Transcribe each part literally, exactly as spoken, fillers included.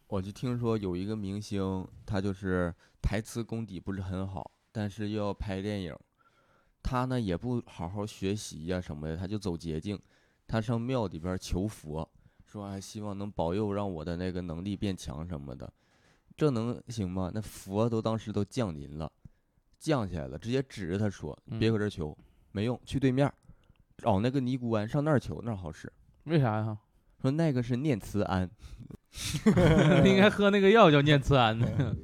我就听说有一个明星，他就是台词功底不是很好，但是又要拍电影，他呢也不好好学习呀、什么的，他就走捷径，他上庙里边求佛，说还希望能保佑让我的那个能力变强什么的，这能行吗？那佛都当时都降临了，降下来了，直接指着他说： 嗯别搁这儿求，没用，去对面找那个尼姑庵，上那儿求，那儿好使。 为啥呀？ 说那个是念慈庵。 应该喝那个药叫念慈庵的。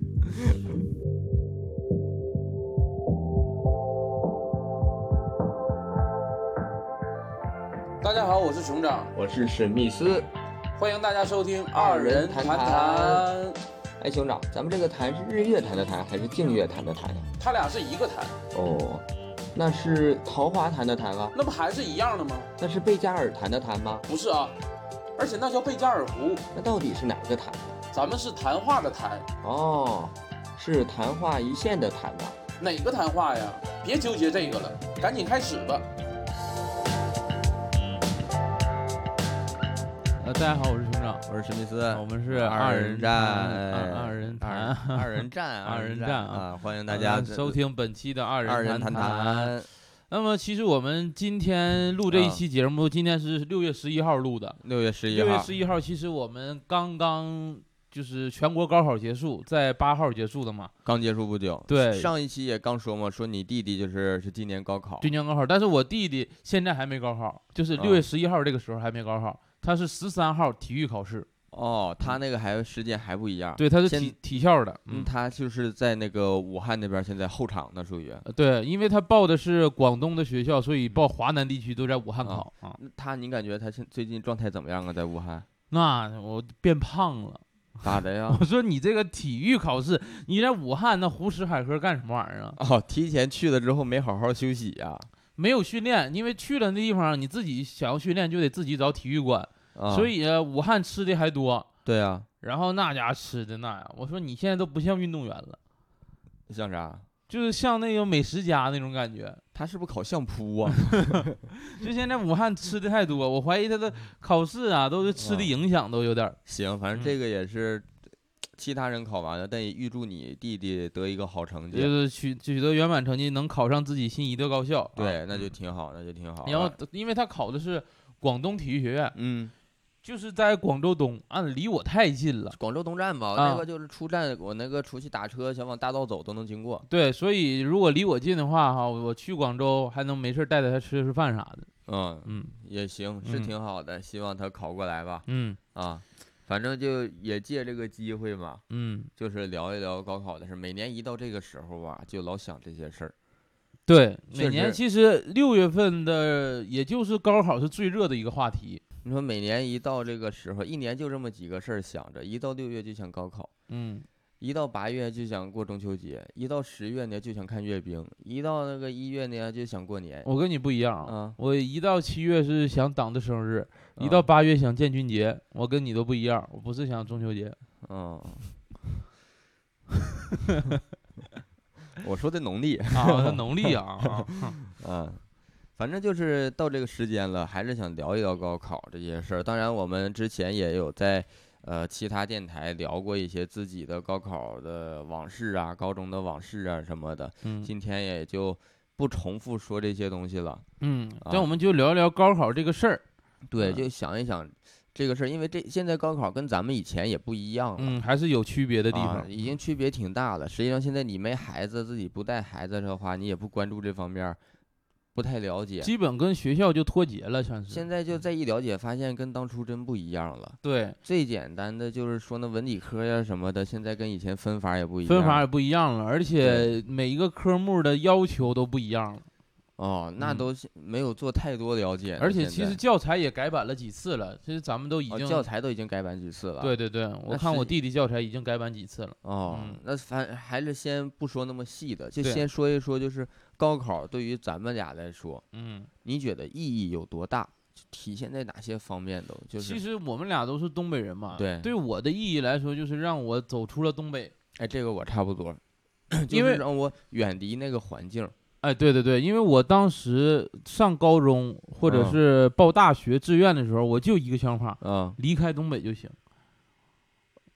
大家好，我是熊掌， 我是史密斯。 欢迎大家收听二人谈谈谈。哎，熊掌，咱们这个谈是日月潭的谈还是净月潭的潭呀？ 他俩是一个潭， 哦，那是桃花潭的潭啊？ 那不还是一样的吗？ 那是贝加尔潭的潭吗？ 不是啊，而且那叫贝加尔湖， 那到底是哪个潭？ 咱们是谈话的谈， 哦，是昙花一现的昙吧？ 哪个谈话呀？别纠结这个了，赶紧开始吧。 呃，大家好，我是熊掌， 我是史密斯， 我们是二人战， 二二人谈， 二人战， 二人战啊！欢迎大家收听本期的二二人谈谈。 那么，其实我们今天录这一期节目，今天是六月十一号录的。 六月十一号， 六月十一号，其实我们刚刚就是全国高考结束，在八号结束的嘛， 刚结束不久。 对， 上一期也刚说嘛，说你弟弟就是是今年高考， 今年高考，但是我弟弟现在还没高考，就是六月十一号这个时候还没高考，他是十三号体育考试。 哦，他那个还时间还不一样。 对，他是体体校的， 嗯，他就是在那个武汉那边，现在后场的属于。 对，因为他报的是广东的学校，所以报华南地区都在武汉考啊。 嗯、他，你感觉他现最近状态怎么样啊？在武汉？ 那我变胖了。 咋的呀？ 我说你这个体育考试，你在武汉那胡吃海喝干什么玩意儿啊？ 哦，提前去了之后没好好休息呀、啊？ 没有训练，因为去了那地方，你自己想要训练就得自己找体育馆。 啊、 所以、啊、武汉吃的还多， 对啊， 然后那家吃的那呀，我说你现在都不像运动员了， 像啥？ 就是像那个美食家那种感觉。 他是不是考相扑啊？ 就现在武汉吃的太多，我怀疑他的考试啊都是吃的影响都有点、啊。 行，反正这个也是其他人考完了，但也预祝你弟弟得一个好成绩， 就是取取得圆满成绩，能考上自己心仪的高校。 对， 啊、 那就挺好，那就挺好。 然后因为他考的是广东体育学院， 嗯。 就是在广州东，啊，离我太近了。 广州东站吧， 啊、 那个就是出站，我那个出去打车想往大道走都能经过。 对，所以如果离我近的话，哈，我去广州还能没事带着他吃吃饭啥的。 嗯嗯， 也行，是挺好的。嗯、希望他考过来吧。 嗯啊，反正就也借这个机会嘛， 嗯， 就是聊一聊高考的事。每年一到这个时候吧，就老想这些事儿。 对，每年其实六月份的，也就是高考是最热的一个话题。 你说每年一到这个时候，一年就这么几个事儿想着，一到六月就想高考， 嗯， 一到八月就想过中秋节，一到十月呢就想看阅兵，一到那个一月呢就想过年。 我跟你不一样啊， 我一到七月是想党的生日， 啊、 一到八月想建军节，我跟你都不一样，我不是想中秋节。 嗯。我说的农历啊，农历啊， 嗯。反正就是到这个时间了，还是想聊一聊高考这些事儿。当然，我们之前也有在呃其他电台聊过一些自己的高考的往事啊、高中的往事啊什么的。 嗯， 今天也就不重复说这些东西了。 嗯，那、啊、我们就聊一聊高考这个事儿。 对，就想一想这个事儿，因为这现在高考跟咱们以前也不一样了， 嗯，还是有区别的地方， 啊、已经区别挺大了。实际上，现在你没孩子，自己不带孩子的话，你也不关注这方面。不太了解， 基本跟学校就脱节了，算是。 现在就再一了解，发现跟当初真不一样了。 对， 最简单的就是说那文理科呀什么的，现在跟以前分法也不一样， 分法也不一样了，而且每一个科目的要求都不一样了。 哦，那都没有做太多了解、嗯。 而且其实教材也改版了几次了，其实咱们都已经、 哦、教材都已经改版几次了。 对对对，我看我弟弟教材已经改版几次了。 哦， 嗯、 那反还是先不说那么细的，就先说一说，就是高考对于咱们俩来说， 嗯， 你觉得意义有多大？体现在哪些方面都？就是其实我们俩都是东北人嘛， 对， 对我的意义来说，就是让我走出了东北。 哎，这个我差不多， 因为就是让我远离那个环境。 哎，对对对，因为我当时上高中或者是报大学志愿的时候，嗯、我就一个想法， 嗯， 离开东北就行。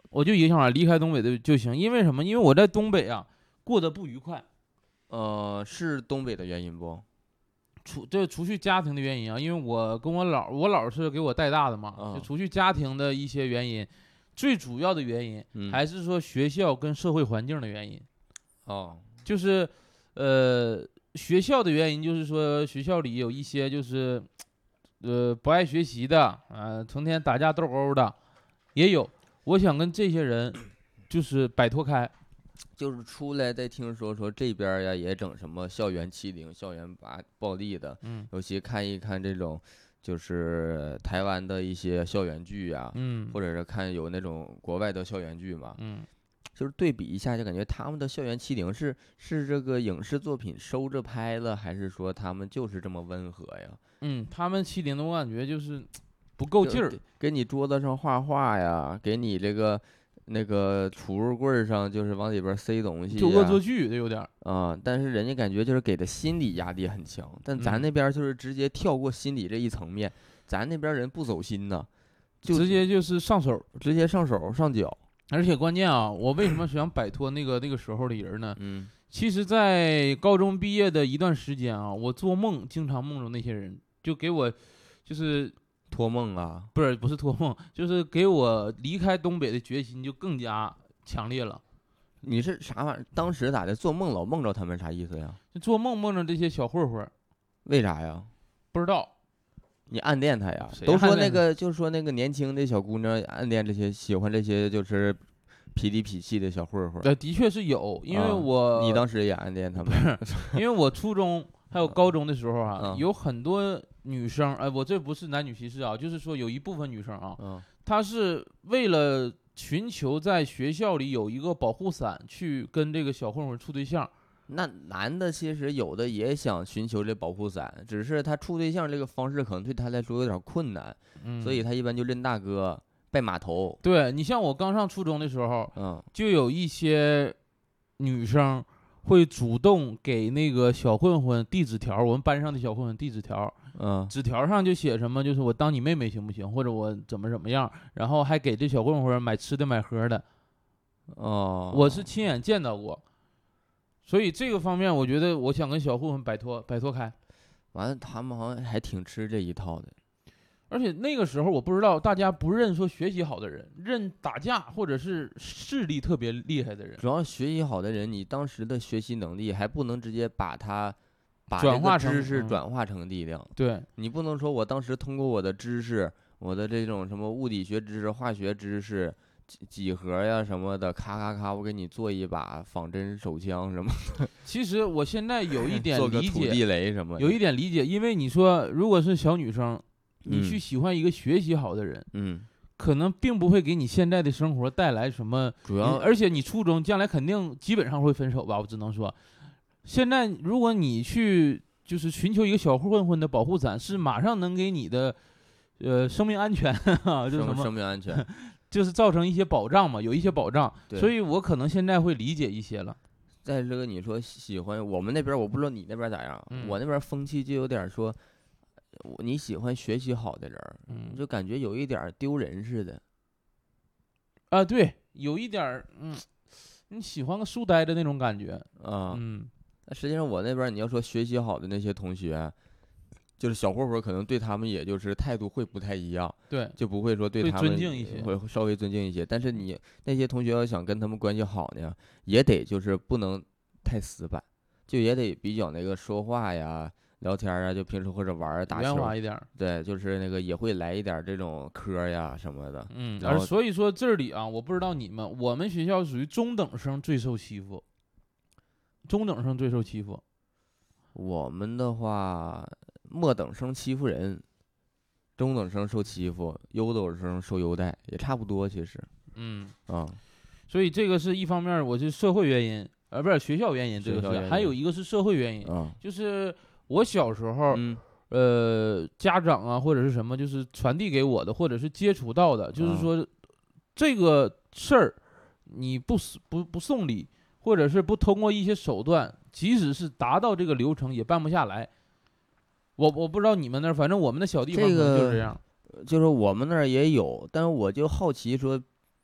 我就一个想法，离开东北的就行。因为什么？因为我在东北啊过得不愉快。 呃，是东北的原因不？ 除这除去家庭的原因啊，因为我跟我姥，我姥是给我带大的嘛， 啊就除去家庭的一些原因，最主要的原因、 嗯、 还是说学校跟社会环境的原因。 哦， 就是呃学校的原因，就是说学校里有一些就是呃不爱学习的啊、呃，成天打架斗殴的也有。我想跟这些人就是摆脱开。 就是出来再听说说这边呀也整什么校园欺凌、校园暴暴力的， 嗯， 尤其看一看这种就是台湾的一些校园剧呀， 嗯， 或者是看有那种国外的校园剧嘛， 嗯， 就是对比一下，就感觉他们的校园欺凌是是这个影视作品收着拍了，还是说他们就是这么温和呀？ 嗯，他们欺凌的我感觉就是不够劲儿， 给你桌子上画画呀，给你这个。那个储物柜上就是往里边塞东西， 就恶作剧的有点啊、嗯，但是人家感觉就是给的心理压力很强，但咱那边就是直接跳过心理这一层面，嗯、咱那边人不走心呢，就直接就是上手， 直接上手上脚。 而且关键啊，我为什么想摆脱那个那个时候的人呢？ 嗯， 其实，在高中毕业的一段时间啊，我做梦经常梦着那些人，就给我就是。 托梦啊， 不是不是托梦，就是给我离开东北的决心就更加强烈了。 你是啥玩意儿？当时咋的？做梦老梦着他们啥意思呀？ 就做梦梦着这些小混混， 为啥呀？ 不知道。 你暗恋他呀？都说那个，就说那个年轻的小姑娘暗恋这些，喜欢这些就是痞里痞气的小混混。 呃，的确是有，因为我、 啊、你当时也暗恋他们， 因为我初中还有高中的时候啊， 嗯、 有很多女生，哎，我这不是男女歧视啊，就是说有一部分女生啊， 嗯、 她是为了寻求在学校里有一个保护伞，去跟这个小混混处对象。 那男的其实有的也想寻求这保护伞，只是他处对象这个方式可能对他来说有点困难， 嗯、 所以他一般就认大哥拜码头。 对，你像我刚上初中的时候， 嗯， 就有一些女生会主动给那个小混混递纸条，我们班上的小混混递纸条， 嗯， 纸条上就写什么，就是我当你妹妹行不行，或者我怎么怎么样，然后还给这小混混买吃的买喝的。 哦， 我是亲眼见到过，所以这个方面我觉得我想跟小混混摆脱摆脱开。 完了，他们好像还挺吃这一套的。 而且那个时候我不知道，大家不认说学习好的人，认打架或者是势力特别厉害的人。 主要学习好的人，你当时的学习能力还不能直接把它把转化成知识嗯转化成力量。 对， 你不能说我当时通过我的知识，我的这种什么物理学知识、化学知识、几几何呀什么的，咔咔咔，我给你做一把仿真手枪什么的。 其实我现在有一点做个理解， 土地雷什么的， 有一点理解，因为你说如果是小女生，你嗯去喜欢一个学习好的人， 嗯， 可能并不会给你现在的生活带来什么。 主要而且你初中将来肯定基本上会分手吧，我只能说，现在如果你去就是寻求一个小混混的保护伞，是马上能给你的呃生命安全啊，就是什么生命安全， 就是造成一些保障嘛，有一些保障， 对所以我可能现在会理解一些了。 再这个你说喜欢我们那边，我不知道你那边咋样， 嗯我那边风气就有点说，你喜欢学习好的人， 嗯就感觉有一点丢人似的。 啊，对，有一点儿，嗯，你喜欢个书呆的那种感觉， 啊， 嗯， 那实际上我那边你要说学习好的那些同学，就是小混混，可能对他们也就是态度会不太一样， 对， 就不会说对会他们尊敬一些会稍微尊敬一些。但是你那些同学要想跟他们关系好呢，也得就是不能太死板，就也得比较那个说话呀、聊天啊，就平时或者玩儿打圆球， 滑一点儿， 对，就是那个也会来一点这种嗑呀什么的。 嗯， 然后而所以说这里啊，我不知道你们，我们学校属于中等生最受欺负，中等生最受欺负， 我们的话，末等生欺负人，中等生受欺负，优等生受优待，也差不多其实。 嗯， 啊、 所以这个是一方面，我是社会原因，而不是学校原因，这个是， 学校原因还有一个是社会原因， 啊， 就是我小时候， 嗯呃，家长啊或者是什么，就是传递给我的，或者是接触到的，就是说、这个事儿，你不不不送礼，或者是不通过一些手段，即使是达到这个流程，也办不下来。我我不知道你们那儿，反正我们的小地方可能就是这样。 就是我们那儿也有，但是我就好奇说，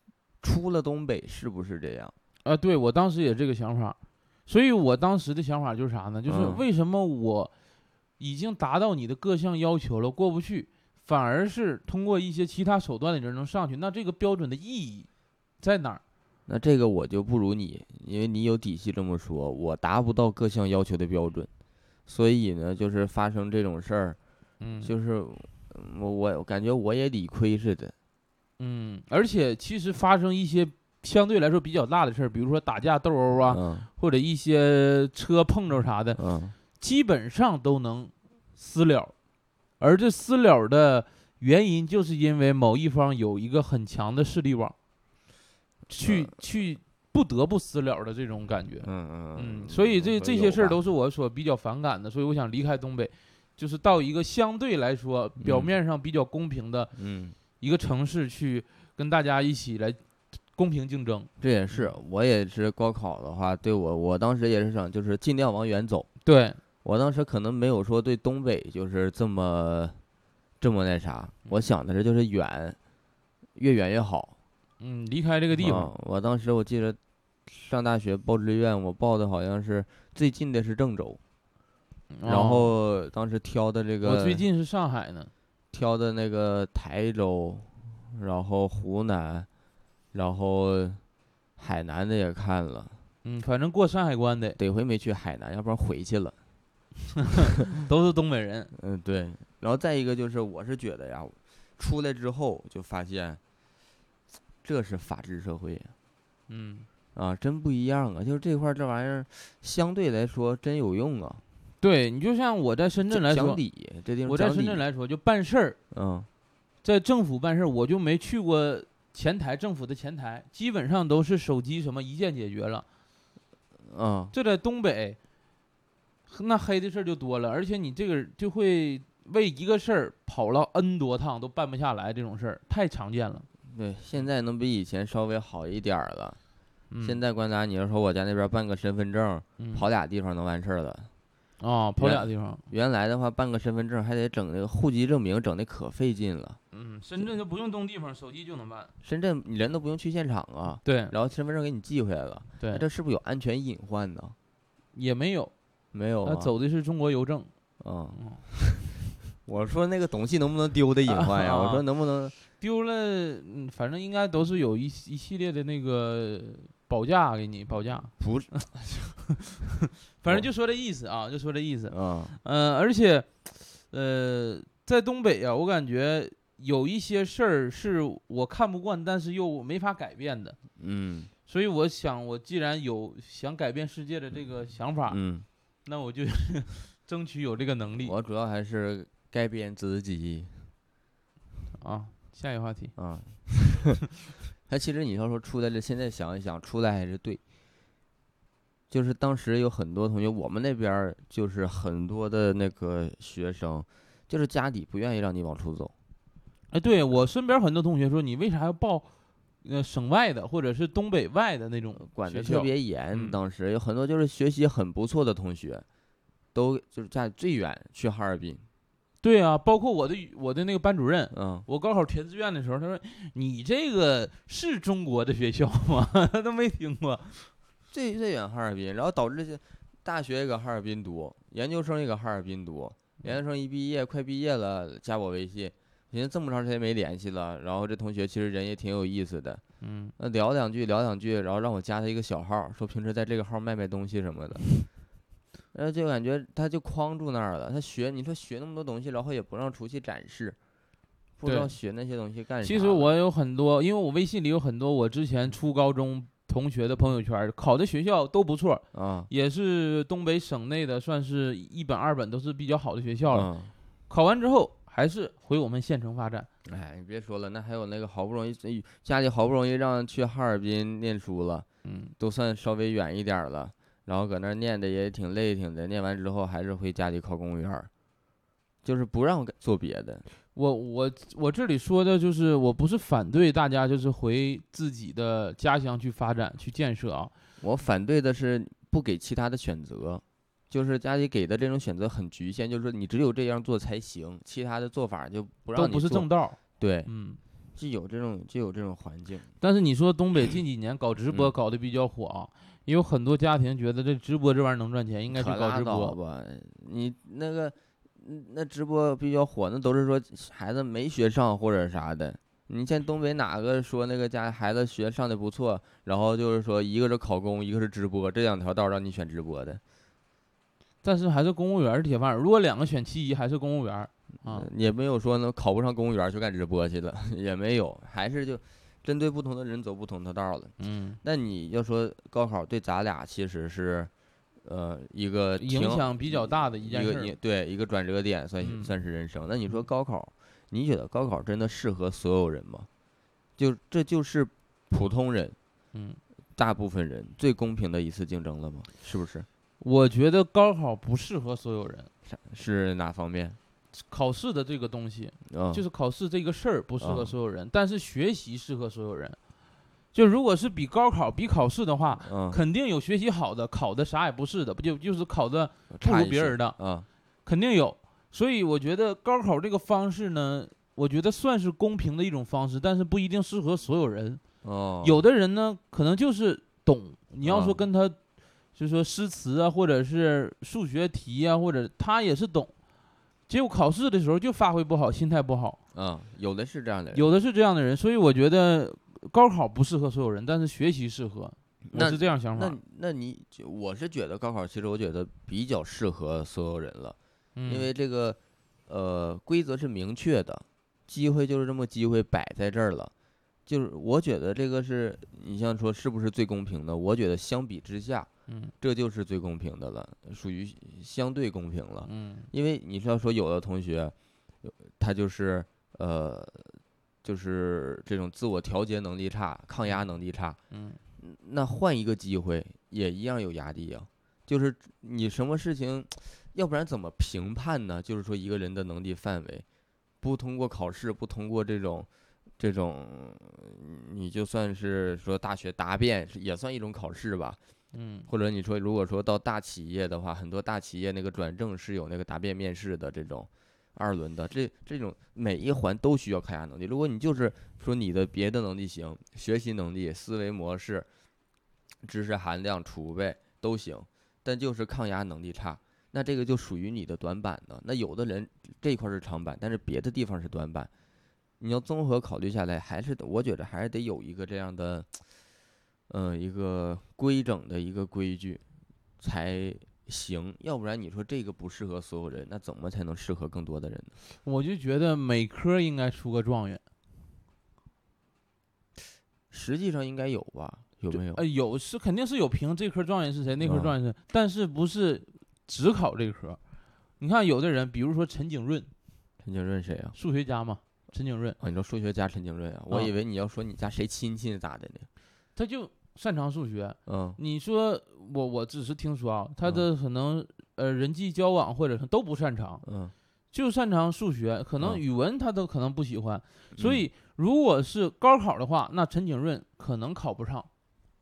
出了东北是不是这样？ 啊，对我当时也这个想法，所以我当时的想法就是啥呢？就是嗯为什么我已经达到你的各项要求了，过不去，反而是通过一些其他手段的人能上去？那这个标准的意义在哪儿？ 那这个我就不如你，因为你有底气这么说，我达不到各项要求的标准，所以呢，就是发生这种事儿， 嗯， 就是我我感觉我也理亏似的。 嗯，而且其实发生一些相对来说比较大的事儿，比如说打架斗殴啊， 嗯或者一些车碰着啥的， 嗯基本上都能私了，而这私了的原因就是因为某一方有一个很强的势力网，去、 嗯去不得不私了的这种感觉。 嗯嗯嗯，所以这这些事儿都是是我所比较反感的，所以我想离开东北，就是到一个相对来说表面上比较公平的嗯， 一个城市去跟大家一起来公平竞争。 这也是我也是高考的话，对我我当时也是想就是尽量往远走。 对， 我当时可能没有说对东北就是这么这么那啥，我想的是就是远，越远越好。 嗯，离开这个地方。 啊我当时我记得上大学报志愿，我报的好像是最近的是郑州，然哦后当时挑的这个我最近是上海呢。 挑的那个台州，然后湖南，然后海南的也看了， 嗯，反正过山海关的得亏没去海南，要不然回去了。 都是东北人。 嗯，对。然后再一个就是，我是觉得呀，出来之后就发现，这是法治社会呀， 嗯， 啊，真不一样啊！就是这块儿这玩意儿，相对来说真有用啊。 对你就像我在深圳来说， 讲理，这地方我在讲理深圳来说就办事儿， 嗯在政府办事儿，我就没去过前台，政府的前台基本上都是手机什么一键解决了。 嗯， 这在东北，那黑的事儿就多了，而且你这个就会为一个事儿跑了 N 多趟都办不下来，这种事儿太常见了。 对，现在能比以前稍微好一点儿了。 嗯、 现在关达，你要说我家那边办个身份证， 嗯、 跑俩地方能完事儿了。 啊、跑俩地方。 原来的话，办个身份证还得整那个户籍证明，整的可费劲了。 嗯，深圳就不用动地方，手机就能办。 深圳你人都不用去现场啊， 对， 然后身份证给你寄回来了。 对， 那这是不是有安全隐患呢？ 也没有， 没有啊， 他走的是中国邮政。 嗯嗯， 我说那个东西能不能丢的隐患呀？ 啊我说能不能丢了，嗯，反正应该都是有一一系列的那个保价给你保价， 不是？ 反正就说这意思啊，就说这意思。 嗯嗯、呃，而且，呃，在东北啊，我感觉有一些事儿是我看不惯，但是又没法改变的。 嗯所以我想，我既然有想改变世界的这个想法， 嗯， 那我就争取有这个能力我主要还是改变自己啊。下一个话题。 啊。他其实你要说出来了，现在想一想，出来还是对。就是当时有很多同学，我们那边儿就是很多的那个学生，就是家里不愿意让你往出走。 哎，对我身边很多同学说，你为啥要报呃省外的或者是东北外的那种管得学校特别严， 嗯当时有很多就是学习很不错的同学，都就是家里最远去哈尔滨。 对啊，包括我的语我的那个班主任， 嗯， 我高考填志愿的时候，他说你这个是中国的学校吗？他都没听过。 最最远哈尔滨，然后导致这大学也搁哈尔滨读，研究生也搁哈尔滨读，研究生一毕业快毕业了，加我微信，寻思这么长时间没联系了，然后这同学其实人也挺有意思的， 嗯， 那聊两句聊两句，然后让我加他一个小号，说平时在这个号卖卖东西什么的，然后就感觉他就框住那儿了，他学你说学那么多东西，然后也不让出去展示，不知道对学那些东西干啥。 其实我有很多，因为我微信里有很多我之前初高中同学的朋友圈，考的学校都不错， 啊， 也是东北省内的，算是一本二本都是比较好的学校了。 嗯考完之后还是回我们县城发展。 哎，你别说了，那还有那个好不容易家里好不容易让去哈尔滨念书了， 嗯， 都算稍微远一点儿了，然后搁那儿念的也挺累挺的，念完之后还是回家里考公务员儿，就是不让做别的。 我我我这里说的就是，我不是反对大家就是回自己的家乡去发展去建设啊， 我反对的是不给其他的选择，就是家里给的这种选择很局限，就是说你只有这样做才行，其他的做法就不让都你做。 不是正道。 对， 嗯， 就有这种就有这种环境。 但是你说东北近几年搞直播嗯搞得比较火啊，也有很多家庭觉得这直播这玩意儿能赚钱，应该去可拉搞直播。 倒吧，你那个嗯那直播比较火，那都是说孩子没学上或者啥的。你像东北哪个说那个家孩子学上的不错，然后就是说一个是考公，一个是直播，这两条道让你选直播的。 但是还是公务员儿铁饭碗，如果两个选其一，还是公务员儿啊。 嗯也没有说呢考不上公务员去干直播去了，也没有，还是就针对不同的人走不同的道了。 嗯， 那你要说高考对咱俩其实是，呃，一个挺影响比较大的一件一个一事儿。 对一个转折点，算、 嗯算是人生。那你说嗯高考，你觉得高考真的适合所有人吗？就这就是普通人， 嗯， 大部分人最公平的一次竞争了吗？是不是？ 我觉得高考不适合所有人， 是哪方面？ 考试的这个东西， 嗯， 就是考试这个事儿不适合嗯所有人，但是学习适合所有人。就如果是比高考比考试的话， 嗯， 肯定有学习好的，考的啥也不是的，不就就是考的不差一些如别人的， 啊， 肯定有。所以我觉得高考这个方式呢，我觉得算是公平的一种方式，但是不一定适合所有人。 哦， 有的人呢，可能就是懂，你要说啊跟他，就是说诗词啊，或者是数学题啊，或者他也是懂，结果考试的时候就发挥不好，心态不好。 嗯，有的是这样的人。 有的是这样的人，所以我觉得高考不适合所有人，但是学习适合。我那是这样想法那。那你就我是觉得高考其实我觉得比较适合所有人了， 嗯， 因为这个呃规则是明确的，机会就是这么机会摆在这儿了。就是我觉得这个是你像说是不是最公平的？我觉得相比之下， 嗯这就是最公平的了，属于相对公平了。 嗯因为你是要说有的同学，呃他就是呃，就是这种自我调节能力差、抗压能力差， 嗯那换一个机会也一样有压力呀。就是你什么事情，要不然怎么评判呢？就是说一个人的能力范围，不通过考试，不通过这种这种，你就算是说大学答辩是也算一种考试吧。 嗯或者你说如果说到大企业的话，很多大企业那个转正是有那个答辩面试的这种二轮的，这这种每一环都需要抗压能力。如果你就是说你的别的能力行，学习能力、思维模式、知识含量储备都行，但就是抗压能力差，那这个就属于你的短板呢。那有的人这一块是长板，但是别的地方是短板，你要综合考虑下来，还是我觉得还是得有一个这样的，嗯、一个规整的一个规矩才行，要不然你说这个不适合所有人，那怎么才能适合更多的人呢？ 我就觉得每科应该出个状元。 实际上应该有吧？有没有？ 呃，有是肯定是有评这科状元是谁，那科啊状元是谁，但是不是只考这科。你看有的人，比如说陈景润， 陈景润谁啊？ 数学家嘛，陈景润， 啊，你说数学家陈景润啊？我啊以为你要说你家谁亲戚咋的呢？ 他就擅长数学。 嗯你说我我只是听说啊，他嗯的可能呃人际交往或者是都不擅长， 嗯， 就擅长数学，可能嗯语文他都可能不喜欢。所嗯以如果是高考的话，那陈景润可能考不上。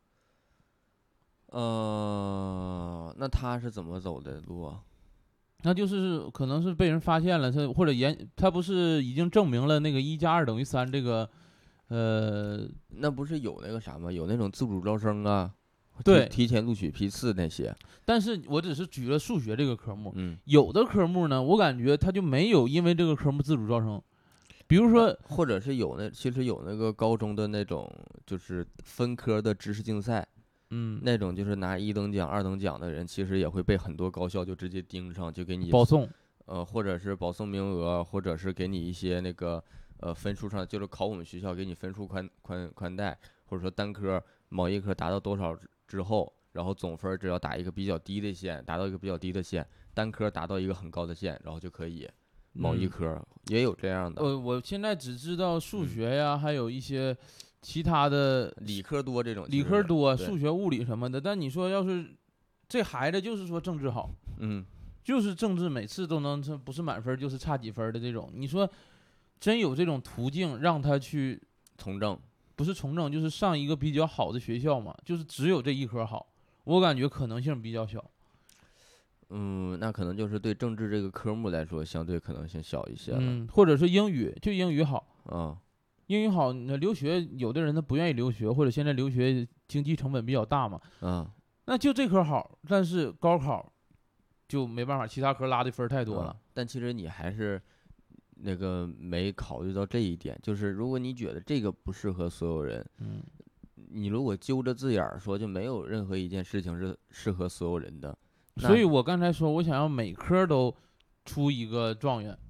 呃，那他是怎么走的路啊？ 那就是可能是被人发现了，他或者研他不是已经证明了那个一加二等于三这个，呃， 那不是有那个啥吗？有那种自主招生啊，提对提前录取批次那些。 但是我只是举了数学这个科目， 嗯， 有的科目呢，我感觉他就没有因为这个科目自主招生，比如说， 或者是有那其实有那个高中的那种就是分科的知识竞赛， 嗯， 那种就是拿一等奖、二等奖的人，其实也会被很多高校就直接盯上，就给你保送， 呃，或者是保送名额，或者是给你一些那个呃分数上，就是考我们学校给你分数宽宽宽带，或者说单科某一科达到多少之之后，然后总分只要打一个比较低的线，达到一个比较低的线，单科达到一个很高的线，然后就可以某一嗯科也有这样的。 呃，我现在只知道数嗯学呀，还有一些其他的理科多这种， 理科多， 对数学、物理什么的。但你说要是这孩子就是说政治好， 嗯， 就是政治每次都能这不是满分就是差几分的这种，你说真有这种途径让他去从政， 不是从政就是上一个比较好的学校嘛？就是只有这一科好，我感觉可能性比较小。 嗯，那可能就是对政治这个科目来说，相对可能性小一些了。 嗯，或者是英语，就英语好， 啊， 英语好，那留学有的人他不愿意留学，或者现在留学经济成本比较大嘛， 嗯， 那就这科好，但是高考就没办法，其他科拉的分太多了。 嗯但其实你还是那个没考虑到这一点，就是如果你觉得这个不适合所有人， 嗯， 你如果揪着字眼儿说，就没有任何一件事情是适合所有人的。那所以我刚才说我想要每科都出一个状元，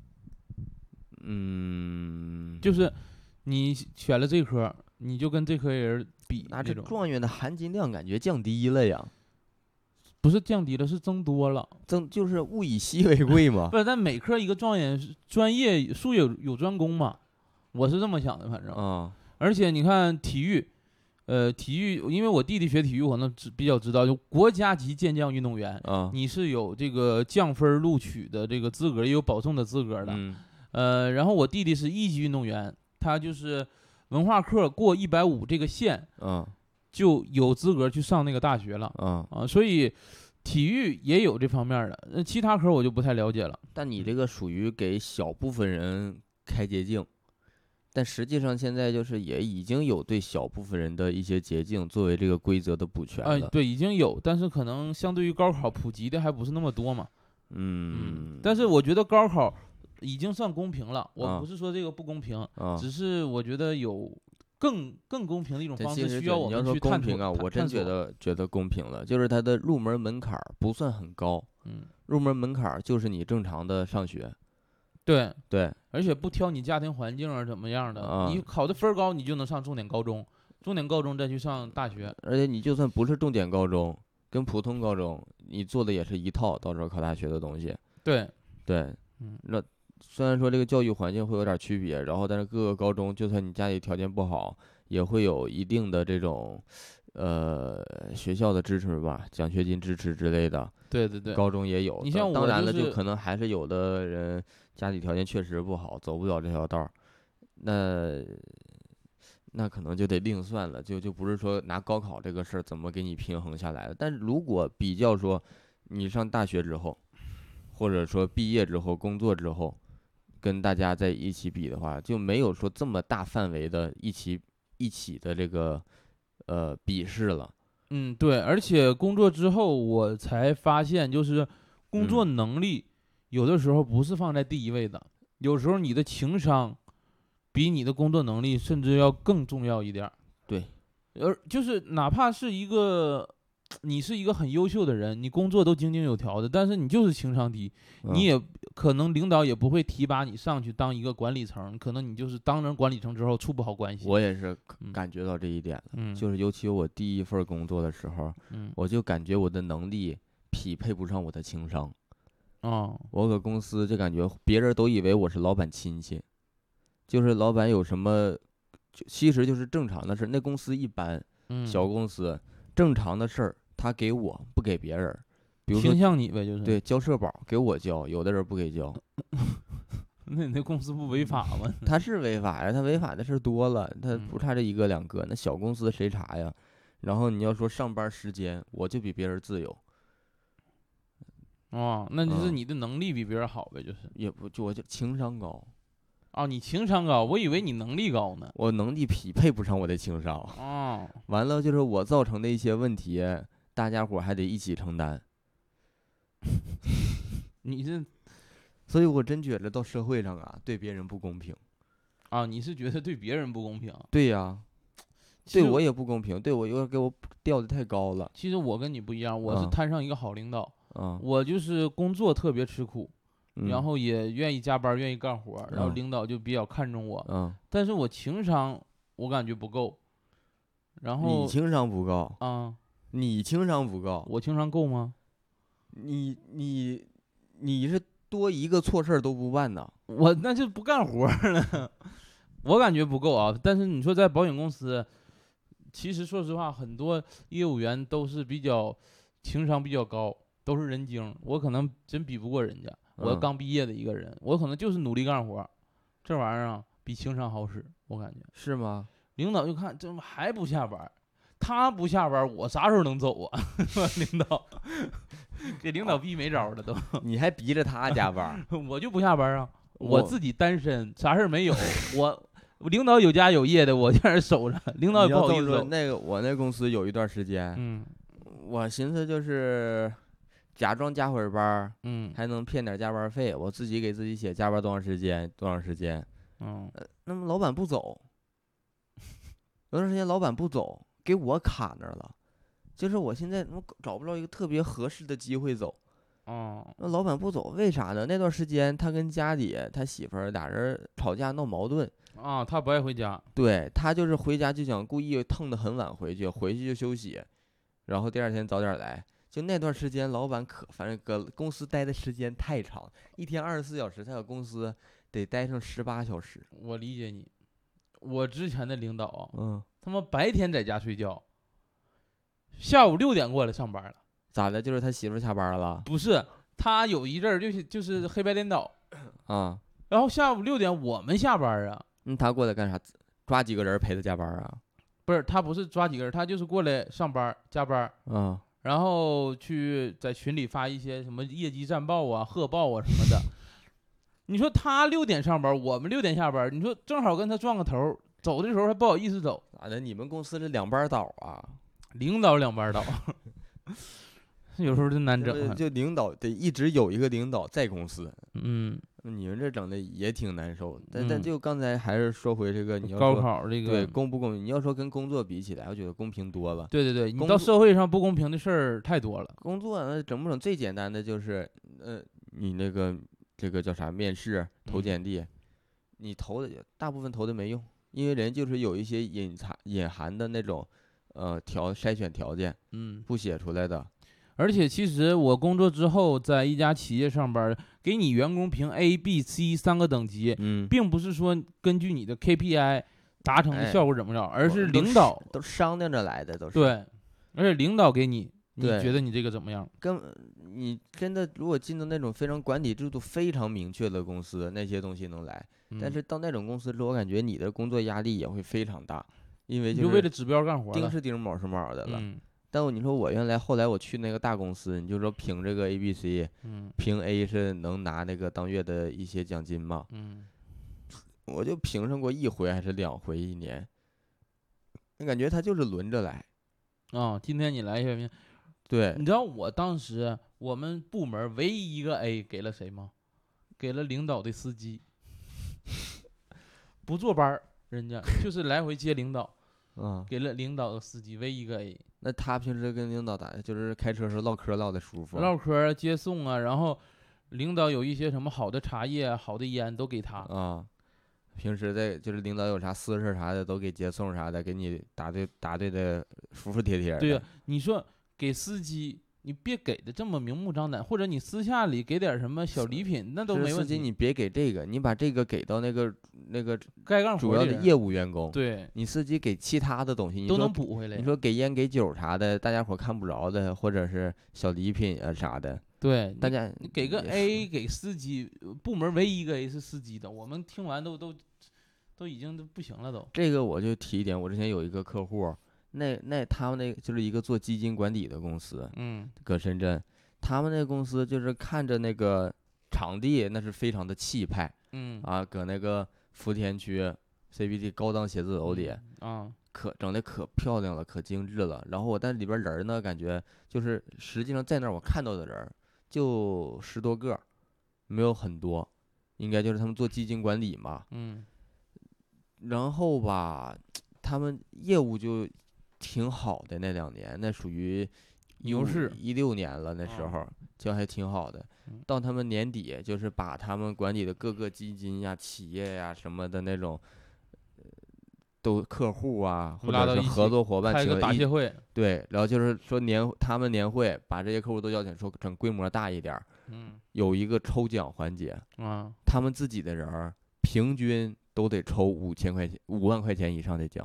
嗯， 就是你选了这科，你就跟这科人比那这种， 状元的含金量感觉降低了呀， 不是降低了，是增多了。 增就是物以稀为贵嘛。 不是，但每科一个状元，专业术业有有专攻嘛，我是这么想的，反正。 啊， 而且你看体育，呃，体育，因为我弟弟学体育，我能知比较知道，就国家级健将运动员， 啊， 你是有这个降分录取的这个资格，也有保送的资格的。 嗯呃，然后我弟弟是一级运动员，他就是文化课过一百五这个线， 嗯就有资格去上那个大学了嗯， 啊。所以体育也有这方面的，那其他科我就不太了解了。 但你这个属于给小部分人开捷径，但实际上现在就是也已经有对小部分人的一些捷径作为这个规则的补全哎、 了。 对，已经有，但是可能相对于高考普及的还不是那么多嘛。 嗯， 但是我觉得高考已经算公平了，我啊不是说这个不公平， 啊， 只是我觉得有更更公平的一种这方其实就式需要我你要说公们去探索。 平啊，我真觉探探索， 得觉得公平了，就是它的入门门槛儿不算很高， 嗯， 入门门槛儿就是你正常的上学， 对， 对， 而且不挑你家庭环境啊怎么样的， 啊你考的分儿高，你就能上重点高中，重点高中再去上大学。 而且你就算不是重点高中，跟普通高中你做的也是一套，到时候考大学的东西， 对， 对， 嗯， 那虽然说这个教育环境会有点区别，然后但是各个高中就算你家里条件不好，也会有一定的这种，呃，学校的支持吧，奖学金支持之类的， 对对对， 高中也有。 你像我当当然了， 就是就可能还是有的人家里条件确实不好，走不了这条道儿，那那可能就得另算了，就就不是说拿高考这个事儿怎么给你平衡下来了。但是如果比较说，你上大学之后，或者说毕业之后、工作之后，跟大家在一起比的话，就没有说这么大范围的一起一起的这个呃比试了。 嗯，对，而且工作之后我才发现，就是工作嗯能力有的时候不是放在第一位的，有时候你的情商比你的工作能力甚至要更重要一点儿。 对， 而就是哪怕是一个你是一个很优秀的人，你工作都井井有条的，但是你就是情商低， 嗯你也可能领导也不会提拔你上去当一个管理层，可能你就是当上管理层之后处不好关系。 我也是嗯感觉到这一点了。 嗯， 就是尤其我第一份工作的时候， 嗯我就感觉我的能力匹配不上我的情商。 哦我搁公司就感觉别人都以为我是老板亲戚，就是老板有什么，就其实就是正常的事儿。那公司一般， 嗯， 小公司正常的事儿他给我不给别人，比如说倾向你呗，就是。 对交社保给我交，有的人不给交， 那你那公司不违法吗？ 他是违法呀，他违法的事儿多了，他嗯不差这一个两个。那小公司谁查呀？然后你要说上班时间，我就比别人自由， 哦，那就是嗯你的能力比别人好呗，就是。 也不就我就情商高， 哦，你情商高，我以为你能力高呢。 我能力匹配不上我的情商。 哦， 完了就是我造成的一些问题，大家伙儿还得一起承担。 你这所以我真觉得到社会上啊，对别人不公平。 啊，你是觉得对别人不公平？ 对呀， 其实对我也不公平，对我有点给我调的太高了。 其实我跟你不一样，我是嗯摊上一个好领导， 啊， 我就是工作特别吃苦， 嗯然后也愿意加班，愿意干活，然后嗯领导就比较看重我， 嗯， 但是我情商我感觉不够，然后你情商不高， 啊， 你情商不高， 我情商够吗？ 你你你是多一个错事儿都不办呐。 我那就不干活儿了，我感觉不够啊。但是你说在保险公司，其实说实话，很多业务员都是比较情商比较高，都是人精。我可能真比不过人家，我嗯刚毕业的一个人，我可能就是努力干活儿，这玩意儿啊比情商好使，我感觉。 是吗？ 领导就看这还不下班儿，他不下班儿，我啥时候能走啊？领导给领导逼没招儿了都。 你还逼着他加班儿？ 我就不下班啊， 我我自己单身，啥事儿没有，我领导有家有业的，我在那儿守着，领导也不好意思走。 那个我那公司有一段时间， 嗯， 我寻思就是假装加会儿班， 嗯， 还能骗点加班费，我自己给自己写加班多长时间，多长时间。 嗯， 呃，那么老板不走，有段时间老板不走，给我卡那儿了，就是我现在我找不着一个特别合适的机会走。 哦， 那老板不走，为啥呢？那段时间他跟家里他媳妇儿俩人吵架闹矛盾。 啊，他不爱回家。 对，他就是回家就想故意腾得很晚回去，回去就休息，然后第二天早点来。就那段时间，老板可反正搁公司待的时间太长，一天二十四小时，他搁公司得待上十八小时。 我理解你，我之前的领导， 嗯， 他妈白天在家睡觉，下午六点过来上班了。 咋的？就是他媳妇下班了？ 不是，他有一阵儿就是就是黑白颠倒啊。 然后下午六点我们下班啊。 嗯，他过来干啥？抓几个人陪他加班啊？ 不是，他不是抓几个人，他就是过来上班加班。 嗯。 然后去在群里发一些什么业绩战报啊、贺报啊什么的。你说他六点上班，我们六点下班，你说正好跟他撞个头，走的时候还不好意思走。 咋的？你们公司是两班倒啊？ 领导两班倒。有时候真难整， 就领导得一直有一个领导在公司。 嗯， 你们这整的也挺难受。但、 嗯、 但就刚才还是说回这个，你要高考这个对公不公平？你要说跟工作比起来，我觉得公平多了。 对对对，你到社会上不公平的事儿太多了。 工作那整不整最简单的就是，呃，你那个这个叫啥面试投简历，嗯、你投的大部分投的没用，因为人就是有一些隐藏隐含的那种呃条筛选条件， 嗯， 不写出来的。 而且其实我工作之后，在一家企业上班，给你员工评 A、B、C 三个等级， 嗯， 并不是说根据你的 K P I 达成的效果怎么着， 哎、 而是领导都商量着来的，都是对，而且领导给你，你对觉得你这个怎么样？ 跟你真的如果进到那种非常管理制度非常明确的公司，那些东西能来， 嗯、 但是到那种公司之后，我感觉你的工作压力也会非常大，因为就为了指标干活， 盯是盯，卯是卯的了。 嗯但你说我原来后来我去那个大公司，你就说评这个 A B C， 嗯， 评 A 是能拿那个当月的一些奖金嘛， 嗯， 我就评上过一回还是两回一年，我感觉他就是轮着来。 啊、哦，今天你来一下， 对， 你知道我当时我们部门唯一一个 A 给了谁吗？给了领导的司机，不坐班儿，人家就是来回接领导。 嗯， 给了领导的司机唯一一个 A。 那他平时跟领导打，就是开车时候唠嗑唠的舒服， 唠嗑接送啊，然后领导有一些什么好的茶叶、好的烟都给他啊。平时在就是领导有啥私事啥的都给接送啥的，给你答对答对的服服帖帖的。 对呀、啊，你说给司机，你别给的这么明目张胆，或者你私下里给点什么小礼品，那都没问题。 司机你别给这个，你把这个给到那个那个该干活主要的业务员工。 对， 你司机给其他的东西你都能补回来。 你说给烟给酒啥的，大家伙看不着的，或者是小礼品啊啥的。 对， 大家你给个 A 给司机，部门唯一一个 A 是司机的，我们听完都都都已经都不行了都。 这个我就提一点，我之前有一个客户。那那他们那就是一个做基金管理的公司， 嗯， 搁深圳，他们那公司就是看着那个场地那是非常的气派， 嗯啊，搁那个福田区 C B D 高档写字楼里， 啊， 可整的可漂亮了，可精致了。然后我在里边人呢，感觉就是实际上在那儿我看到的人就十多个，没有很多，应该就是他们做基金管理嘛， 嗯， 然后吧，他们业务就挺好的，那两年那属于牛市， 一六年了，那时候、哦、就还挺好的。到他们年底，就是把他们管理的各个基金呀、企业呀什么的那种，都客户啊或者是合作伙伴， 开个答谢会， 对，然后就是说年他们年会把这些客户都邀请，说整规模大一点， 嗯， 有一个抽奖环节啊， 他们自己的人平均都得抽五千块钱、五万块钱以上的奖。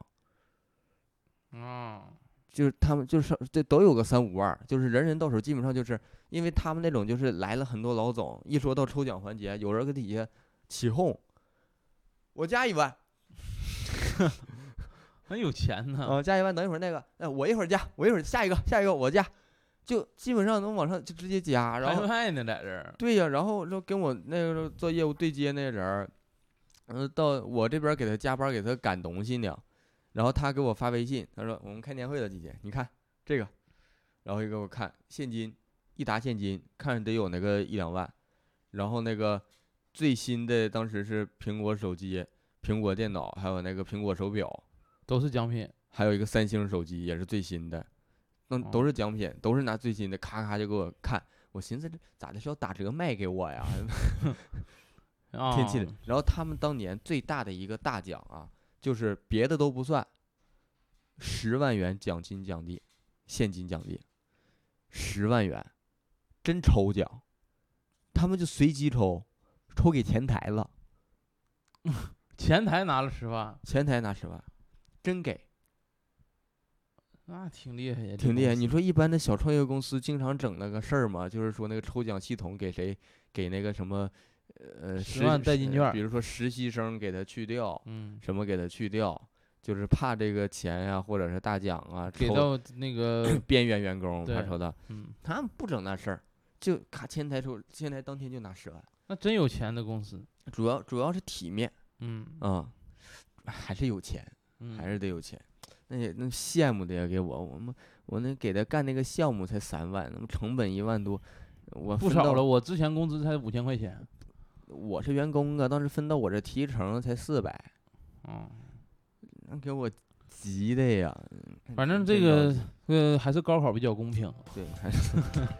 啊， 就是他们就是这都有个三五万，就是人人到手，基本上就是因为他们那种就是来了很多老总，一说到抽奖环节，有人搁底下起哄，我加一万， 很有钱呢。 啊，加一万，等一会儿那个，哎，我一会儿加，我一会儿下一个，下一个我加，就基本上能往上就直接加，然后拍卖呢在这儿。 对呀、啊，然后就跟我那个做业务对接那人， 嗯，到我这边给他加班，给他赶东西呢，然后他给我发微信，他说我们开年会了，姐姐，你看这个，然后就给我看现金，一沓现金，看着得有那个一两万，然后那个最新的当时是苹果手机、苹果电脑，还有那个苹果手表， 都是奖品。 还有一个三星手机也是最新的，那都是奖品，都是拿最新的，咔咔就给我看，我寻思这咋的是要打折卖给我呀？天气的。然后他们当年最大的一个大奖啊，就是别的都不算，十万元奖金奖励，现金奖励，十万元，真抽奖，他们就随机抽，抽给前台了， 前台拿了十万， 前台拿十万，真给， 那挺厉害呀， 挺厉害。你说一般的小创业公司经常整那个事儿嘛，就是说那个抽奖系统给谁，给那个什么。呃， 十万代金券， 比如说实习生给他去掉， 嗯， 什么给他去掉，就是怕这个钱呀、啊，或者是大奖啊， 给到那个边缘员工，怕抽到， 嗯， 他们不整那事儿，就咔前台抽，前台当天就拿十万， 那真有钱的公司， 主要主要是体面， 嗯啊、嗯，还是有钱， 嗯、 还是得有钱，那也那羡慕的呀，给我，我们我那给他干那个项目才三万，那么成本一万多，我不少了，我之前工资才五千块钱。 我是员工啊，当时分到我这提成才四百， 嗯， 那给我急的呀。 反正这个呃还是高考比较公平， 对，还是。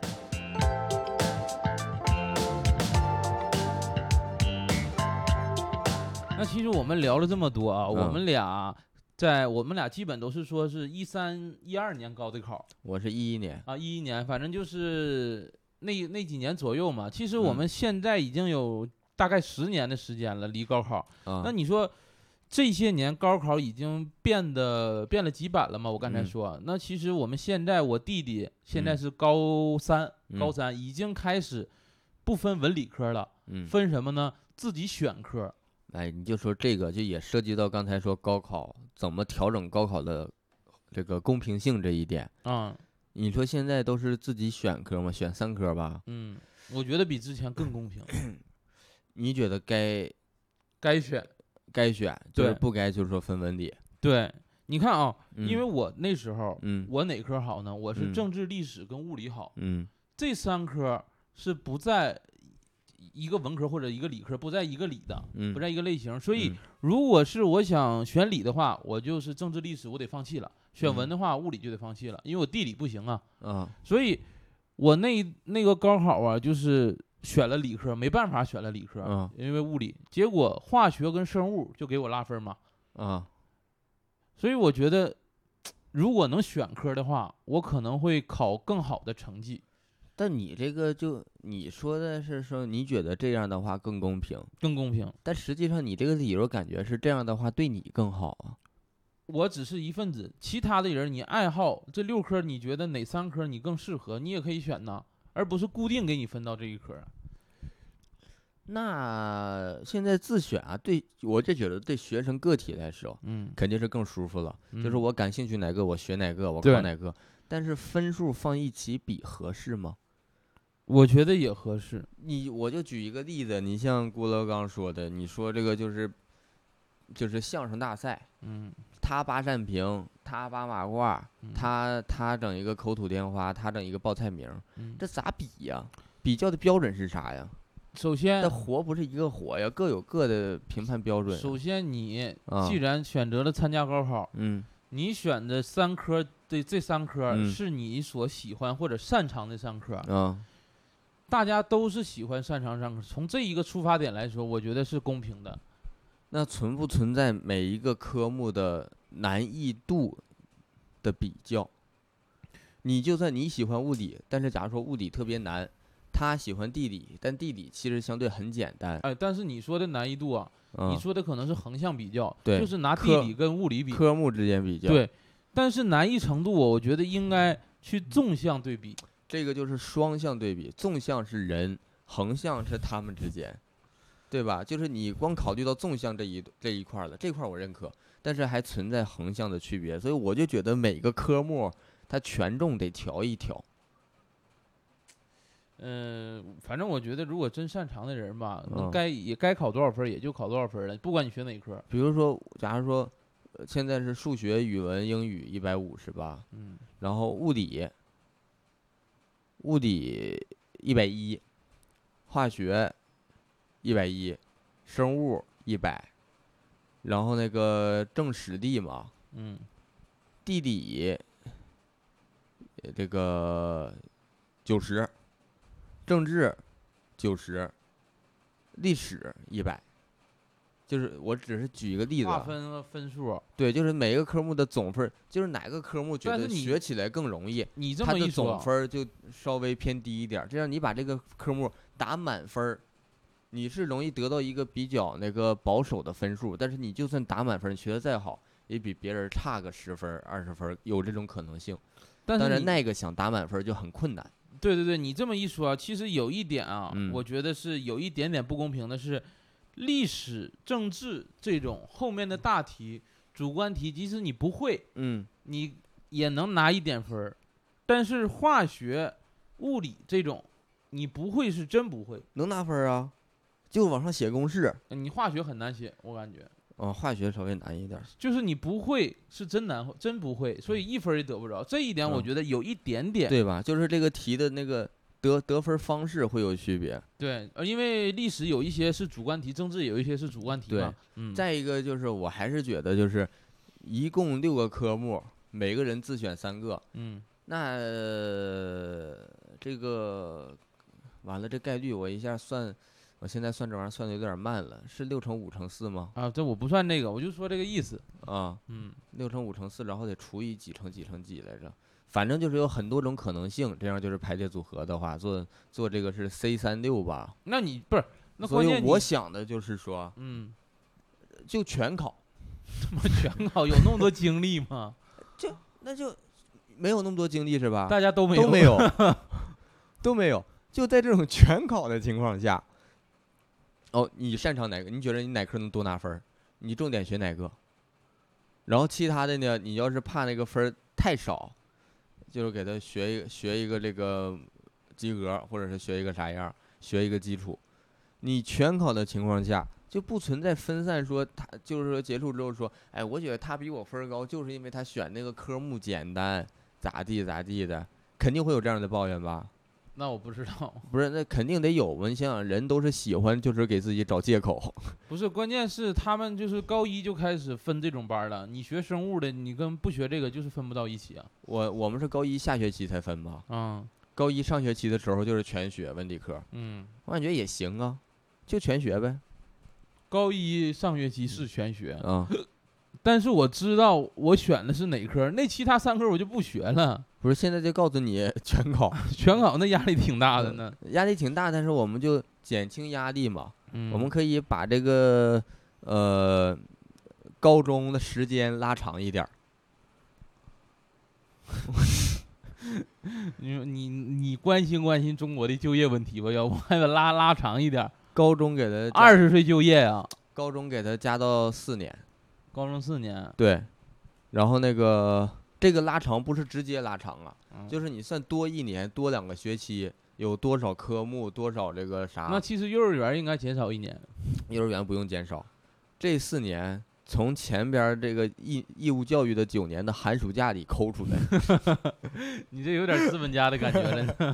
那其实我们聊了这么多啊， 嗯、 我们俩在我们俩基本都是说是一三一二年高的考， 我是一一年啊，一一年，反正就是那那几年左右嘛。其实我们现在已经有。大概十年的时间了，离高考。 啊、 那你说这些年高考已经变得变了几版了吗？我刚才说， 嗯、 那其实我们现在，我弟弟现在是高三， 嗯、 高三已经开始不分文理科了， 嗯、 分什么呢？自己选科。 哎，你就说这个，就也涉及到刚才说高考怎么调整高考的这个公平性这一点。 嗯， 你说现在都是自己选科吗？选三科吧。 嗯，我觉得比之前更公平。 你觉得该该选该选，就是不该就是说分文理。 对，你看啊， 嗯、 因为我那时候， 嗯， 我哪科好呢？我是政治、历史跟物理好， 嗯， 这三科是不在一个文科或者一个理科，不在一个理的， 嗯， 不在一个类型。所以，如果是我想选理的话，我就是政治、历史我得放弃了；选文的话，物理就得放弃了，因为我地理不行啊。 啊， 所以，我那那个高考啊，就是选了理科，没办法选了理科， 嗯， 因为物理，结果化学跟生物就给我拉分嘛， 啊， 所以我觉得，如果能选科的话，我可能会考更好的成绩。 但你这个就你说的是说你觉得这样的话更公平， 更公平， 但实际上你这个理由感觉是这样的话对你更好啊。 我只是一份子，其他的人你爱好这六科，你觉得哪三科你更适合，你也可以选呐，而不是固定给你分到这一科。 那现在自选啊，对我就觉得对学生个体来说， 嗯， 肯定是更舒服了。 嗯、 就是我感兴趣哪个，我学哪个，我考哪个。但是分数放一起比合适吗？ 我觉得也合适。 你我就举一个例子，你像郭德纲说的，你说这个就是就是相声大赛， 嗯， 他扒扇屏，他扒马褂， 嗯、 他他整一个口吐莲花，他整一个报菜名， 嗯、 这咋比呀？比较的标准是啥呀？ 首先， 这活不是一个活呀，各有各的评判标准。 首先，你啊既然选择了参加高考， 嗯， 你选的三科的这三科嗯是你所喜欢或者擅长的三科， 啊， 大家都是喜欢擅长三科，从这一个出发点来说，我觉得是公平的。 那存不存在每一个科目的难易度的比较？你就算你喜欢物理，但是假如说物理特别难。他喜欢地理，但地理其实相对很简单。 哎，但是你说的难易度啊， 嗯、 你说的可能是横向比较， 对， 就是拿地理跟物理比， 科目之间比较。 对，但是难易程度，我觉得应该去纵向对比。 这个就是双向对比，纵向是人，横向是他们之间，对吧？就是你光考虑到纵向这一这一块了，这块我认可，但是还存在横向的区别，所以我就觉得每个科目它权重得调一调。 嗯、呃，反正我觉得如果真擅长的人吧，能嗯该也该考多少分儿也就考多少分儿了，不管你学哪科。 比如说，假如说，呃现在是数学、语文、英语一百五是吧？ 嗯， 然后物理，物理一百一，化学一百一，生物一百，然后那个政史地嘛， 嗯， 地理呃这个九十，政治九十，历史一百。就是我只是举一个例子啊， 划分个分数。 对，就是每一个科目的总分儿，就是哪个科目觉得但是你学起来更容易， 你这它的么一说啊， 总分儿就稍微偏低一点儿。这样你把这个科目打满分儿，你是容易得到一个比较那个保守的分数。但是你就算打满分儿，你学的再好，也比别人差个十分儿、二十分儿，有这种可能性。当然， 但是你那个想打满分儿就很困难。 对对对，你这么一说啊，其实有一点啊， 嗯我觉得是有一点点不公平的是，历史、政治这种后面的大题、主观题，即使你不会， 嗯， 你也能拿一点分儿。但是化学、物理这种，你不会是真不会。 能拿分儿啊，就往上写公式。 你化学很难写，我感觉嗯，化学稍微难一点儿。 就是你不会是真难，真不会，所以一分儿也得不着。这一点我嗯觉得有一点点对吧？就是这个题的那个得得分方式会有区别。 对，呃，因为历史有一些是主观题，政治有一些是主观题嘛。嗯， 再一个就是，我还是觉得就是，一共六个科目，每个人自选三个。 嗯， 那、呃这个完了，这概率我一下算，我现在算这玩意儿算的有点慢了，是六乘五乘四吗？ 啊，这我不算这个，我就说这个意思。 啊， 嗯， 六乘五乘四，然后得除以几乘几乘几来着。反正就是有很多种可能性，这样就是排列组合的话，做做这个是 C 三六吧。 那你不是那所以关键你我想的就是说， 嗯， 就全考， 他妈全考有那么多精力吗？ 那就没有那么多精力是吧？ 大家都没有都没有，都没有。就在这种全考的情况下，哦，你擅长哪个？你觉得你哪科能多拿分儿？你重点学哪个？然后其他的呢？你要是怕那个分儿太少，就是给他学一个学一个这个及格，或者是学一个啥样，学一个基础。你全考的情况下，就不存在分散说他就是说结束之后说，哎，我觉得他比我分儿高，就是因为他选那个科目简单，咋地咋地的，肯定会有这样的抱怨吧？ 那我不知道， 不是，那肯定得有嘛。你想想，人都是喜欢就是给自己找借口。 不是，关键是他们就是高一就开始分这种班儿了。你学生物的，你跟不学这个就是分不到一起啊。 我我们是高一下学期才分吧？ 嗯高一上学期的时候就是全学文理科， 嗯， 我感觉也行啊，就全学呗。 高一上学期是全学， 啊、 但是我知道我选的是哪科，那其他三科我就不学了。 不是，现在就告诉你全考， 全考那压力挺大的呢。 压力挺大，但是我们就减轻压力嘛。 嗯， 我们可以把这个呃高中的时间拉长一点儿。 你你你关心关心中国的就业问题吧，要不还得拉拉长一点， 高中给他加二十岁就业啊， 高中给他加到四年， 高中四年。 对，然后那个这个拉长不是直接拉长啊， 嗯就是你算多一年多两个学期，有多少科目多少这个啥， 那其实幼儿园应该减少一年。 幼儿园不用减少，这四年从前边儿这个义义务教育的九年的寒暑假里抠出来。 你这有点资本家的感觉了呢。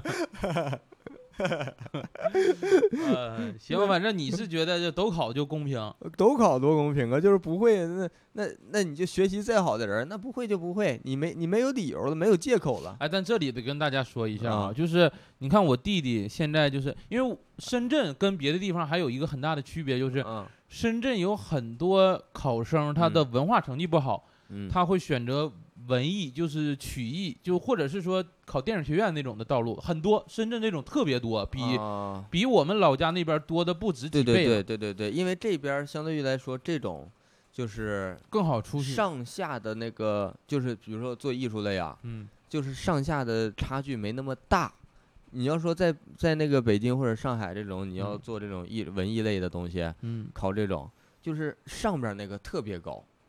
呃，行，反正你是觉得就都考就公平。 都考多公平啊！就是不会，那那那你就学习再好的人，那不会就不会，你没你没有理由了，没有借口了。 哎，但这里得跟大家说一下啊， 啊就是你看我弟弟现在就是因为深圳跟别的地方还有一个很大的区别，就是嗯深圳有很多考生他的文化成绩不好， 嗯， 他会选择文艺，就是曲艺，就或者是说考电影学院那种的道路，很多深圳这种特别多，比、 啊比我们老家那边多的不止几对倍了， 对对对对对，因为这边儿相对于来说，这种就是更好出去。 上下的那个，就是比如说做艺术类啊， 嗯就是上下的差距没那么大。你要说在在那个北京或者上海这种，你要嗯做这种艺文艺类的东西， 嗯考这种，就是上边儿那个特别高，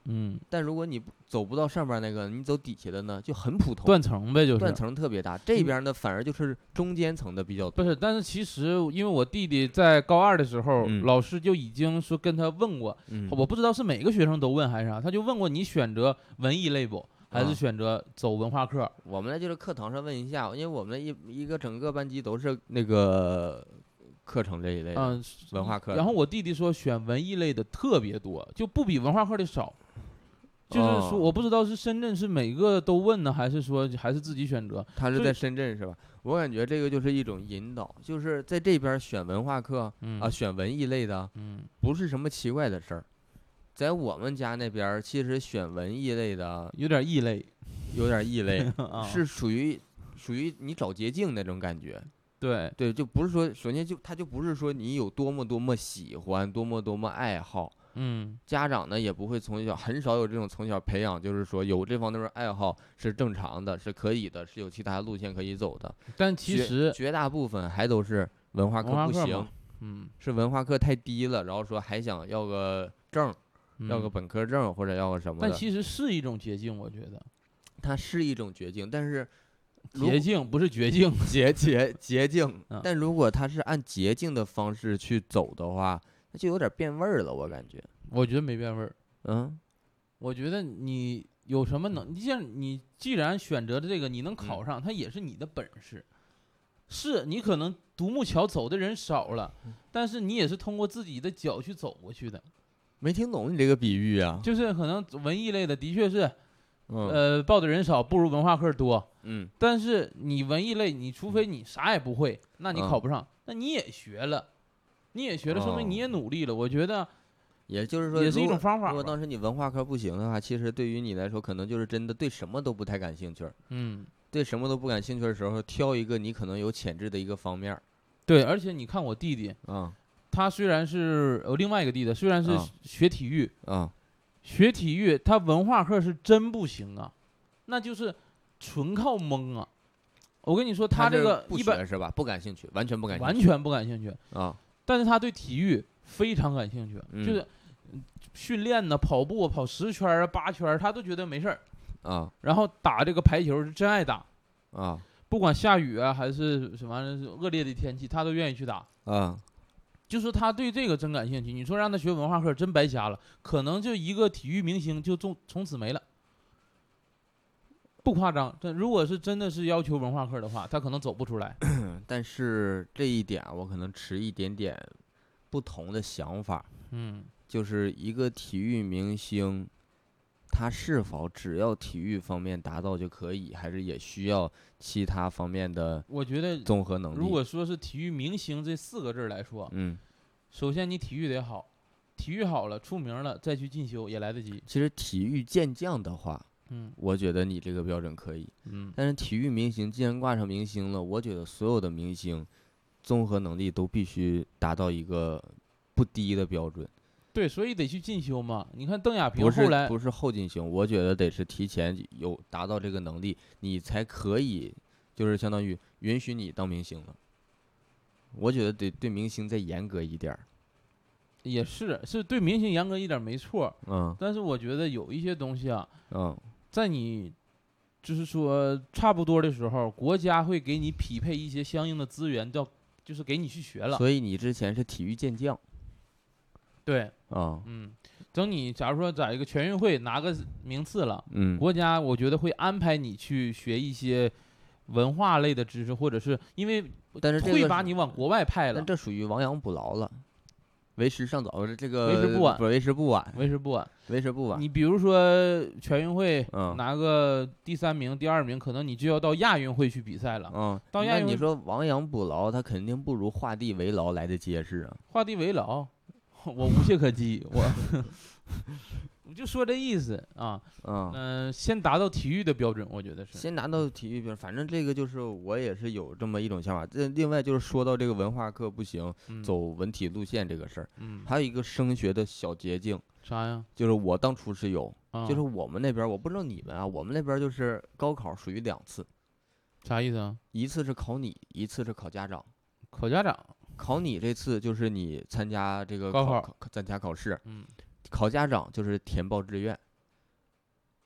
嗯， 但如果你不走不到上边那个，你走底下的呢，就很普通， 断层呗，就是断层特别大。这边呢，反而就是中间层的比较多。 不是，但是其实因为我弟弟在高二的时候， 嗯老师就已经说跟他问过， 嗯， 我不知道是每个学生都问还是啥，他就问过你选择文艺类不，还是啊选择走文化课？ 我们呢就是课堂上问一下，因为我们一一个整个班级都是那个课程这一类的、 嗯， 文化课的。 然后我弟弟说选文艺类的特别多，就不比文化课的少。就是说， 哦我不知道是深圳是每个都问呢，还是说还是自己选择？所以他是在深圳是吧？我感觉这个就是一种引导，就是在这边选文化课、 嗯啊，选文艺类的， 嗯不是什么奇怪的事儿。在我们家那边，其实选文艺类的有点异类有点异类， 啊， 是属于属于你找捷径那种感觉。 对， 对，就不是说，首先就他就不是说你有多么多么喜欢，多么多么爱好。 嗯家长呢也不会从小很少有这种从小培养，就是说有这方面的爱好是正常的，是可以的，是有其他路线可以走的。 但其绝实绝大部分还都是文化课不行文化课嘛，嗯， 是文化课太低了，然后说还想要个证，要个嗯本科证或者要个什么的。 但其实是一种捷径，我觉得它是一种捷径，但是如捷径不是绝境。 捷捷捷径嗯， 但如果他是按捷径的方式去走的话，那就有点变味儿了，我感觉。 我觉得没变味儿。 嗯我觉得你有什么能，你既然你既然选择的这个，你能嗯考上，它也是你的本事。是你可能独木桥走的人少了， 嗯但是你也是通过自己的脚去走过去的。 没听懂你这个比喻啊。 就是可能文艺类的的确是， 嗯呃，报的人少，不如文化课多。 嗯但是你文艺类，你除非你啥也不会，那你嗯考不上，那你也学了，你也学了，说明你也努力了。我觉得也就是说， 也是一如果种方法吧。 如果当时你文化课不行的话，其实对于你来说，可能就是真的对什么都不太感兴趣儿。 嗯， 对什么都不感兴趣的时候，挑一个你可能有潜质的一个方面儿。 对，而且你看我弟弟， 啊他虽然是呃另外一个弟弟，虽然是啊学体育， 啊学体育，他文化课是真不行啊，那就是纯靠蒙啊。我跟你说，他这是不个一般学是吧？不感兴趣，完全不感兴趣。 完全不感兴趣， 啊但是他对体育非常感兴趣， 嗯就是嗯训练呢，跑步跑十圈儿啊、八圈儿，他都觉得没事儿。 啊然后打这个排球是真爱打， 啊不管下雨啊还是什么玩意儿恶劣的天气，他都愿意去打。 啊！ 就是他对这个真感兴趣。你说让他学文化课真白瞎了，可能就一个体育明星就从从此没了。不夸张，这如果是真的是要求文化课的话，他可能走不出来。 但是这一点我可能持一点点不同的想法， 嗯， 就是一个体育明星，他是否只要体育方面达到就可以，还是也需要其他方面的我觉得综合能力？ 如果说是体育明星这四个字儿来说， 嗯， 首先你体育得好，体育好了出名了再去进修也来得及。 其实体育健将的话， 嗯我觉得你这个标准可以。 嗯， 但是体育明星既然挂上明星了，我觉得所有的明星综合能力都必须达到一个不低的标准。 对，所以得去进修嘛。你看邓亚萍不是后来不是后进修，我觉得得是提前有达到这个能力，你才可以，就是相当于允许你当明星了。我觉得得对明星再严格一点儿。 也是是对明星严格一点没错， 嗯但是我觉得有一些东西啊， 嗯在你就是说差不多的时候，国家会给你匹配一些相应的资源，到就是给你去学了。 所以你之前是体育健将对， 啊？ 嗯，等你假如说在一个全运会拿个名次了， 嗯国家我觉得会安排你去学一些文化类的知识，或者是因为但是这会个是把你往国外派了但，这属于亡羊补牢了，为时尚早，这个为时不晚不为时不晚， 为时不晚。 为时不晚。 你比如说全运会嗯拿个第三名、第二名，可能你就要到亚运会去比赛了。 嗯， 到亚运会那你说亡羊补牢，他肯定不如画地为牢来的结实啊。 画地为牢，我无懈可击，我我就说这意思啊。 嗯， 嗯、先达到体育的标准，我觉得是。 先拿到体育标准，反正这个就是我也是有这么一种想法。这另外就是说到这个文化课不行， 嗯走文体路线这个事儿， 嗯， 还有一个升学的小捷径， 啥呀？ 就是我当初是有， 啊， 就是我们那边儿我不知道你们啊，我们那边儿就是高考属于两次， 啥意思啊？ 一次是考你，一次是考家长。 考家长。 考你这次就是你参加这个高考考参加考试， 嗯考家长就是填报志愿。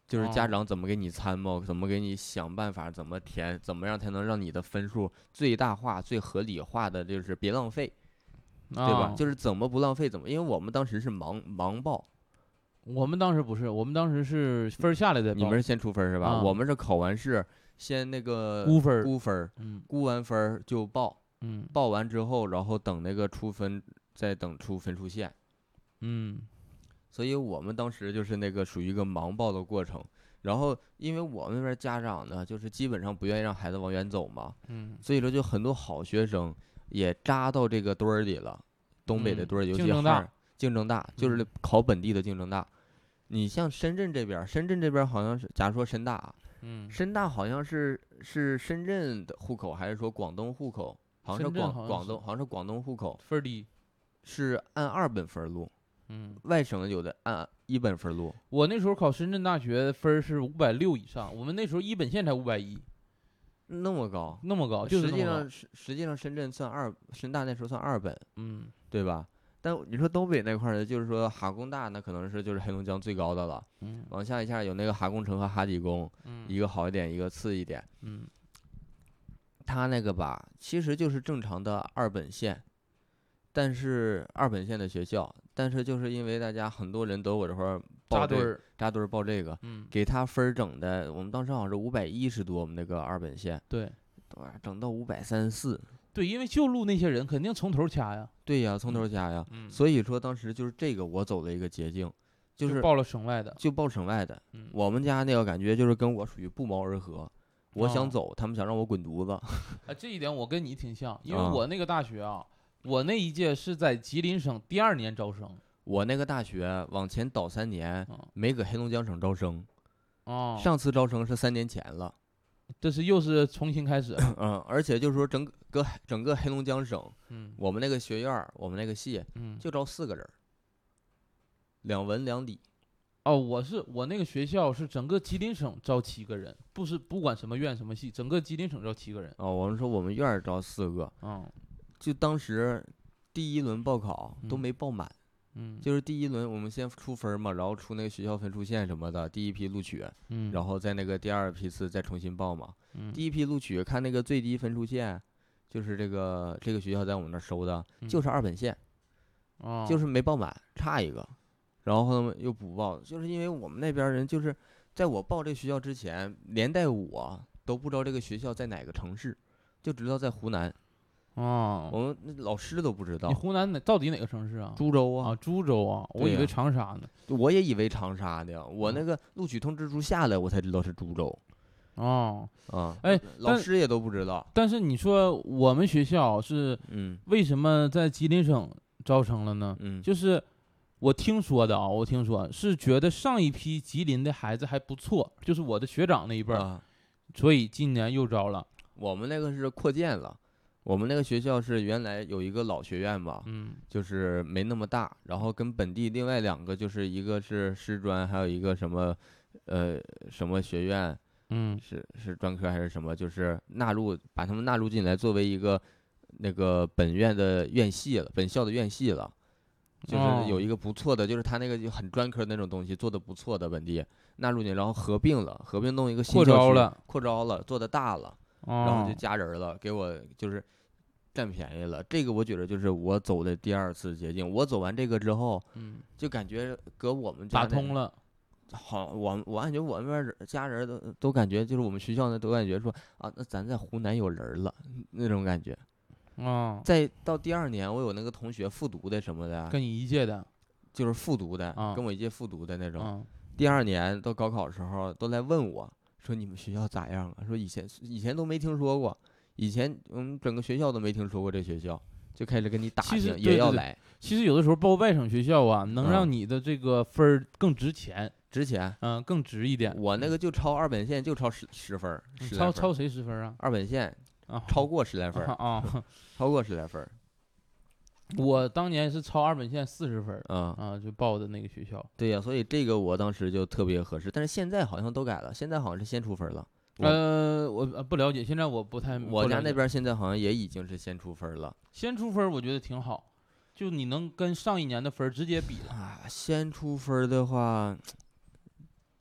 就是家哦长怎么给你参谋，怎么给你想办法，怎么填，怎么样才能让你的分数最大化、最合理化的，就是别浪费，对吧？ 啊就是怎么不浪费怎么，因为我们当时是盲盲报， 我们当时不是，我们当时是分儿下来再报。 你们是先出分儿是吧？ 啊我们是考完试先那个估分儿估分儿， 嗯估完分儿就报， 嗯报完之后，然后等那个出分，再等出分数线。 嗯所以我们当时就是那个属于一个盲报的过程。然后，因为我们那边家长呢，就是基本上不愿意让孩子往远走嘛， 嗯， 所以说就很多好学生也扎到这个堆儿里了。东北的嗯堆儿，尤竞争大其哈尔，竞争大，就是嗯考本地的竞争大。你像深圳这边儿，深圳这边儿好像是，假如说深大啊， 嗯， 深大好像是是深圳的户口，还是说广东户口？好像是深圳广好像是广东，好像是广东户口， 分儿低。 是按二本分儿录， 嗯， 外省有的按一本分儿录。 我那时候考深圳大学分儿是五百六以上，我们那时候一本线才五百一， 那么高， 那么高，就是实际那么高上实实际上深圳算二，深大那时候算二本， 嗯对吧？但你说东北那块儿的，就是说哈工大，那可能是就是黑龙江最高的了。 嗯往下一下有那个哈工程和哈理工， 嗯一个好一点，一个次一点。 嗯他那个吧，其实就是正常的二本线，但是二本线的学校，但是就是因为大家很多人都我这块儿报这扎堆儿。 扎堆儿报这个， 嗯， 给他分儿整的，我们当时好像是五百一十多，我们那个二本线， 对对吧？整到五百三十四。 对，因为就录那些人，肯定从头掐呀。 对呀，从头加呀。 嗯， 所以说当时就是这个我走了一个捷径，就是报了省外的。 就报省外的。 嗯， 我们家那个感觉就是跟我属于不谋而合，我哦想走，他们想让我滚犊子。 啊，这一点我跟你挺像，因为啊我那个大学啊，我那一届是在吉林省第二年招生。 我那个大学往前倒三年， 啊没搁黑龙江省招生， 哦， 上次招生是三年前了。 这是又是重新开始了。 嗯，而且就是说整个整个黑龙江省， 嗯我们那个学院儿，我们那个系嗯， 就招四个人儿，两文两理。 哦，我是我那个学校是整个吉林省招七个人，不是不管什么院什么系，整个吉林省招七个人。 哦，我们说我们院儿招四个， 嗯就当时第一轮报考都嗯没报满。 嗯， 就是第一轮我们先出分嘛，然后出那个学校分数线什么的，第一批录取， 嗯， 然后在那个第二批次再重新报嘛。 嗯第一批录取看那个最低分数线，就是这个这个学校在我们那儿收的， 嗯就是二本线， 哦， 就是没报满，差一个，然后呢又补报，就是因为我们那边儿人就是在我报这学校之前，连带我都不知道这个学校在哪个城市，就知道在湖南， 哦， 我们那老师都不知道你。湖南哪到底哪个城市啊？ 株洲啊， 啊，株洲啊，我以为对呀长沙呢。 我也以为长沙呢，我那嗯个录取通知书下来，我才知道是株洲哦， 啊。 哎，但老师也都不知道。 但是你说我们学校是嗯为什么在吉林省招生了呢？ 嗯， 就是我听说的啊，我听说是觉得上一批吉林的孩子还不错，就是我的学长那一辈儿， 啊， 所以今年又招了。 我们那个是扩建了。我们那个学校是原来有一个老学院吧， 嗯就是没那么大，然后跟本地另外两个就是一个是师专，还有一个什么，呃，什么学院， 嗯是是专科还是什么，就是纳入把他们纳入进来，作为一个那个本院的院系了，本校的院系了。就是有一个不错的，就是他那个就很专科那种东西做的不错的本地纳入进，然后合并了，合并弄一个新扩校区招了， 扩招了，做的大了，然后就哦， 加人了，给我就是占便宜了。这个我觉得就是我走的第二次捷径。我走完这个之后， 嗯， 就感觉搁我们家那打通了。 好，我我感觉我们那边儿家人都都感觉，就是我们学校呢都感觉说啊，那咱在湖南有人儿了那种感觉。 哦， 再到第二年，我有那个同学复读的什么的， 跟你一届的。 就是复读的， 啊跟我一届复读的那种。 嗯第二年到高考的时候，都来问我说你们学校咋样啊？说以前以前都没听说过，以前我们整个学校都没听说过这学校，就开始跟你打其实听， 对对对也要来。 其实有的时候报外省学校啊，能嗯让你的这个分儿更值钱， 之前嗯，更值一点。 我那个就超二本线就超十十分儿，十来分儿嗯超超谁十分啊？ 二本线啊， 超过十来分儿， 啊， 超过十来分儿。 我当年是超二本线四十分儿嗯， 啊，就报的那个学校。 对呀、所以这个我当时就特别合适，但是现在好像都改了，现在好像是先出分儿了。我呃，我呃不了解，现在我不太。 我家不了解那边儿现在好像也已经是先出分儿了先出分儿，我觉得挺好，就你能跟上一年的分儿直接比了。 啊。先出分儿的话，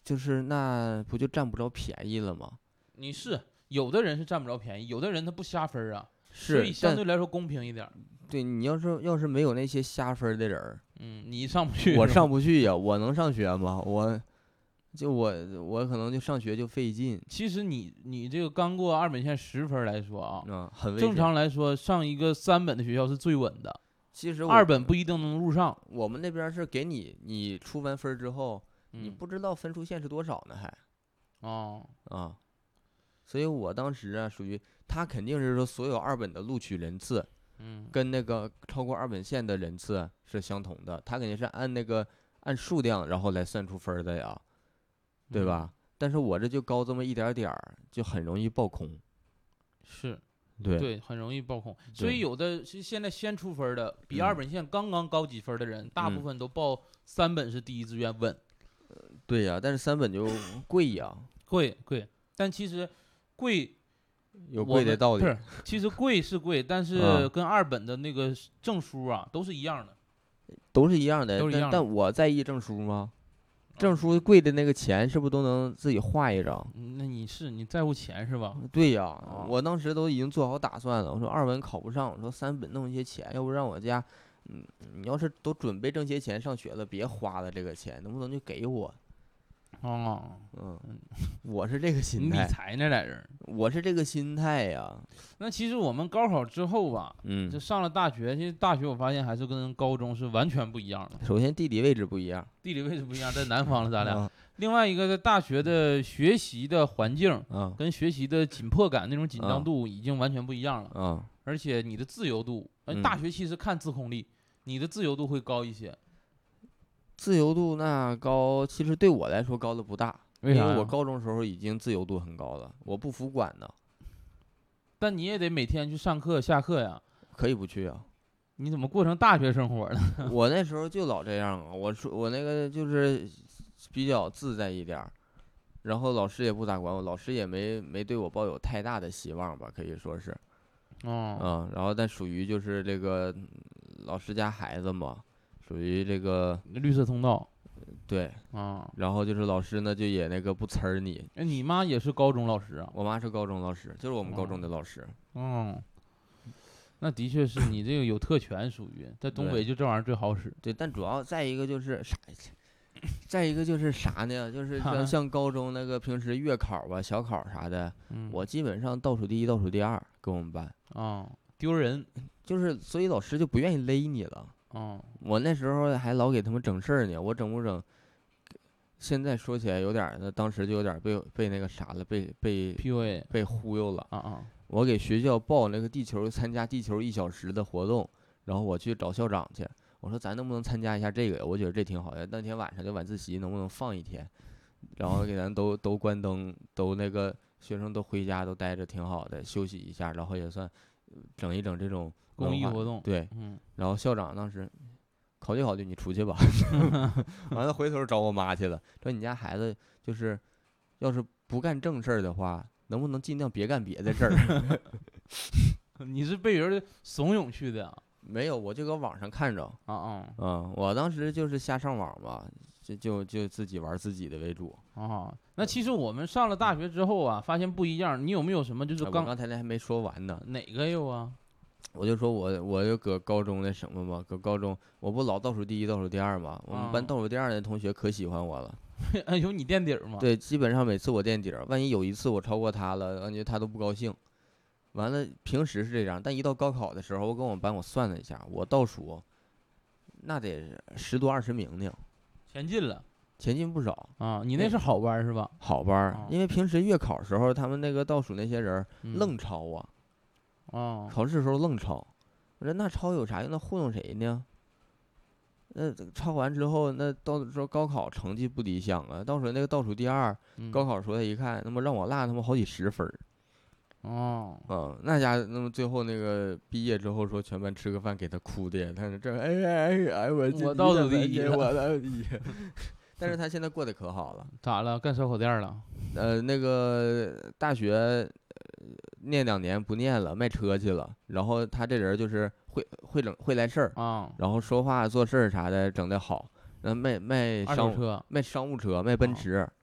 就是那不就占不着便宜了吗？ 你是有的人是占不着便宜，有的人他不瞎分啊，所是， 以相但对来说公平一点儿。 对你要是要是没有那些瞎分儿的人儿， 嗯，你上不去， 我是吧上不去呀，我能上学吗？我就我我可能就上学就费劲， 其实你你这个刚过二本线十分来说啊， 嗯，很危正险。 常来说上一个三本的学校是最稳的， 其实我二本不一定能录上。 我们那边儿是给你你出完分儿之后，你嗯， 不知道分数线是多少呢还哦， 啊，所以我当时啊属于他肯定是说所有二本的录取人次嗯， 跟那个超过二本线的人次是相同的，他肯定是按那个按数量然后来算出分儿的呀，对嗯？ 吧？但是我这就高这么一点儿点儿，就很容易爆空。 是， 对对，很容易爆空。所对以有的是现在先出分的，比嗯二本线刚刚高几分的人，大部嗯分都报三本是第一志愿稳， 对呀，但是三本就贵呀， 贵贵。但其实贵有我们贵的道理不。是，其实贵是贵，但是啊跟二本的那个证书啊都是一样的。 都是一样的，但都是一样的但我在意证书吗？ 啊证书贵的那个钱是不是都能自己画一张？ 嗯那你是你在乎钱是吧？ 对呀， 啊我当时都已经做好打算了。我说二本考不上，我说三本弄一些钱，要不让我家，嗯，你要是都准备挣些钱上学了，别花了这个钱，能不能就给我？ 啊， 嗯，我是这个你理心态， 财呢在这儿。 我是这个心态呀。 那其实我们高考之后吧， 嗯就，上了大学，其实大学我发现还是跟高中是完全不一样的， 首先地理位置不一样， 地理位置不一样，在南方了咱俩。 啊另外一个，在大学的学习的环境啊跟学习的紧迫感那种紧啊张度已经完全不一样了， 啊， 而且你的自由度，呃嗯大学其实看自控力，你的自由度会高一些。 自由度那高，其实对我来说高的不大， 为啥呀因为我高中时候已经自由度很高了，我不服管呢， 但你也得每天去上课下课呀， 可以不去啊。 你怎么过成大学生活了？ 我那时候就老这样啊，我说我那个就是比较自在一点儿，然后老师也不咋管我，老师也没没对我抱有太大的希望吧，可以说是， 哦， 嗯，然后但属于就是这个嗯老师家孩子嘛，属于这个绿色通道对， 啊。 然后就是老师呢就也那个不呲儿你， 哎，你妈也是高中老师啊？ 我妈是高中老师，就是我们高中的老师， 嗯，那的确是你这个有特权，属于在东对北就这玩意儿最好使。 对，但主要再一个就是啥，再一个就是啥呢？就是哈像像高中那个平时月考吧、小考啥的， 嗯， 我基本上倒数第一、倒数第二，跟我们班， 啊丢人就是所以老师就不愿意勒你了。 啊我那时候还老给他们整事儿呢，我整不整？现在说起来有点儿，那当时就有点儿被被那个啥了，被被 ，P U A 被忽悠了。 啊啊我给学校报那个地球参加地球一小时的活动，然后我去找校长去，我说咱能不能参加一下这个呀？我觉得这挺好的。那天晚上就晚自习能不能放一天，然后给咱都都关灯，都那个学生都回家都待着挺好的，休息一下，然后也算呃整一整这种文化公益活动对， 嗯然后校长当时考虑考虑，你出去吧。完了回头找我妈去了，说你家孩子就是要是不干正事儿的话，能不能尽量别干别的事儿？ 你是被人怂恿去的啊没有，我就搁网上看着。 啊啊嗯，我当时就是瞎上网嘛，就就就自己玩自己的为主。 啊！那其实我们上了大学之后啊，发现不一样。你有没有什么就是哎我刚刚才那还没说完呢， 哪个有啊？ 我就说我我就搁高中那什么嘛，搁高中我不老倒数第一、倒数第二嘛，我们班啊倒数第二的同学可喜欢我了。 有你垫底儿吗？ 对，基本上每次我垫底儿，万一有一次我超过他了，感觉他都不高兴。完了，平时是这样，但一到高考的时候，我跟我们班我算了一下，我倒数，那得十多二十名呢， 前进了前进不少。 啊！你那那是好班儿是吧？ 好班儿哦， 因为平时月考时候，他们那个倒数那些人儿嗯愣抄啊， 啊考试时候愣抄。我说那抄有啥用？那糊弄谁呢？那抄完之后，那到时候高考成绩不理想啊，倒数那个倒数第二， 嗯高考出来一看，那么让我落他妈好几十分儿。 哦嗯，那家那么最后那个毕业之后说全班吃个饭给他哭的，他说这哎哎哎我我倒数第一了我倒数第一，但是他现在过得可好了。 咋了？干烧烤店儿了？ 呃，那个大学呃念两年不念了，卖车去了。然后他这人就是会会整会来事儿， 啊， 然后说话做事儿啥的整得好。那卖卖商务二手车卖商务车，卖奔哦驰，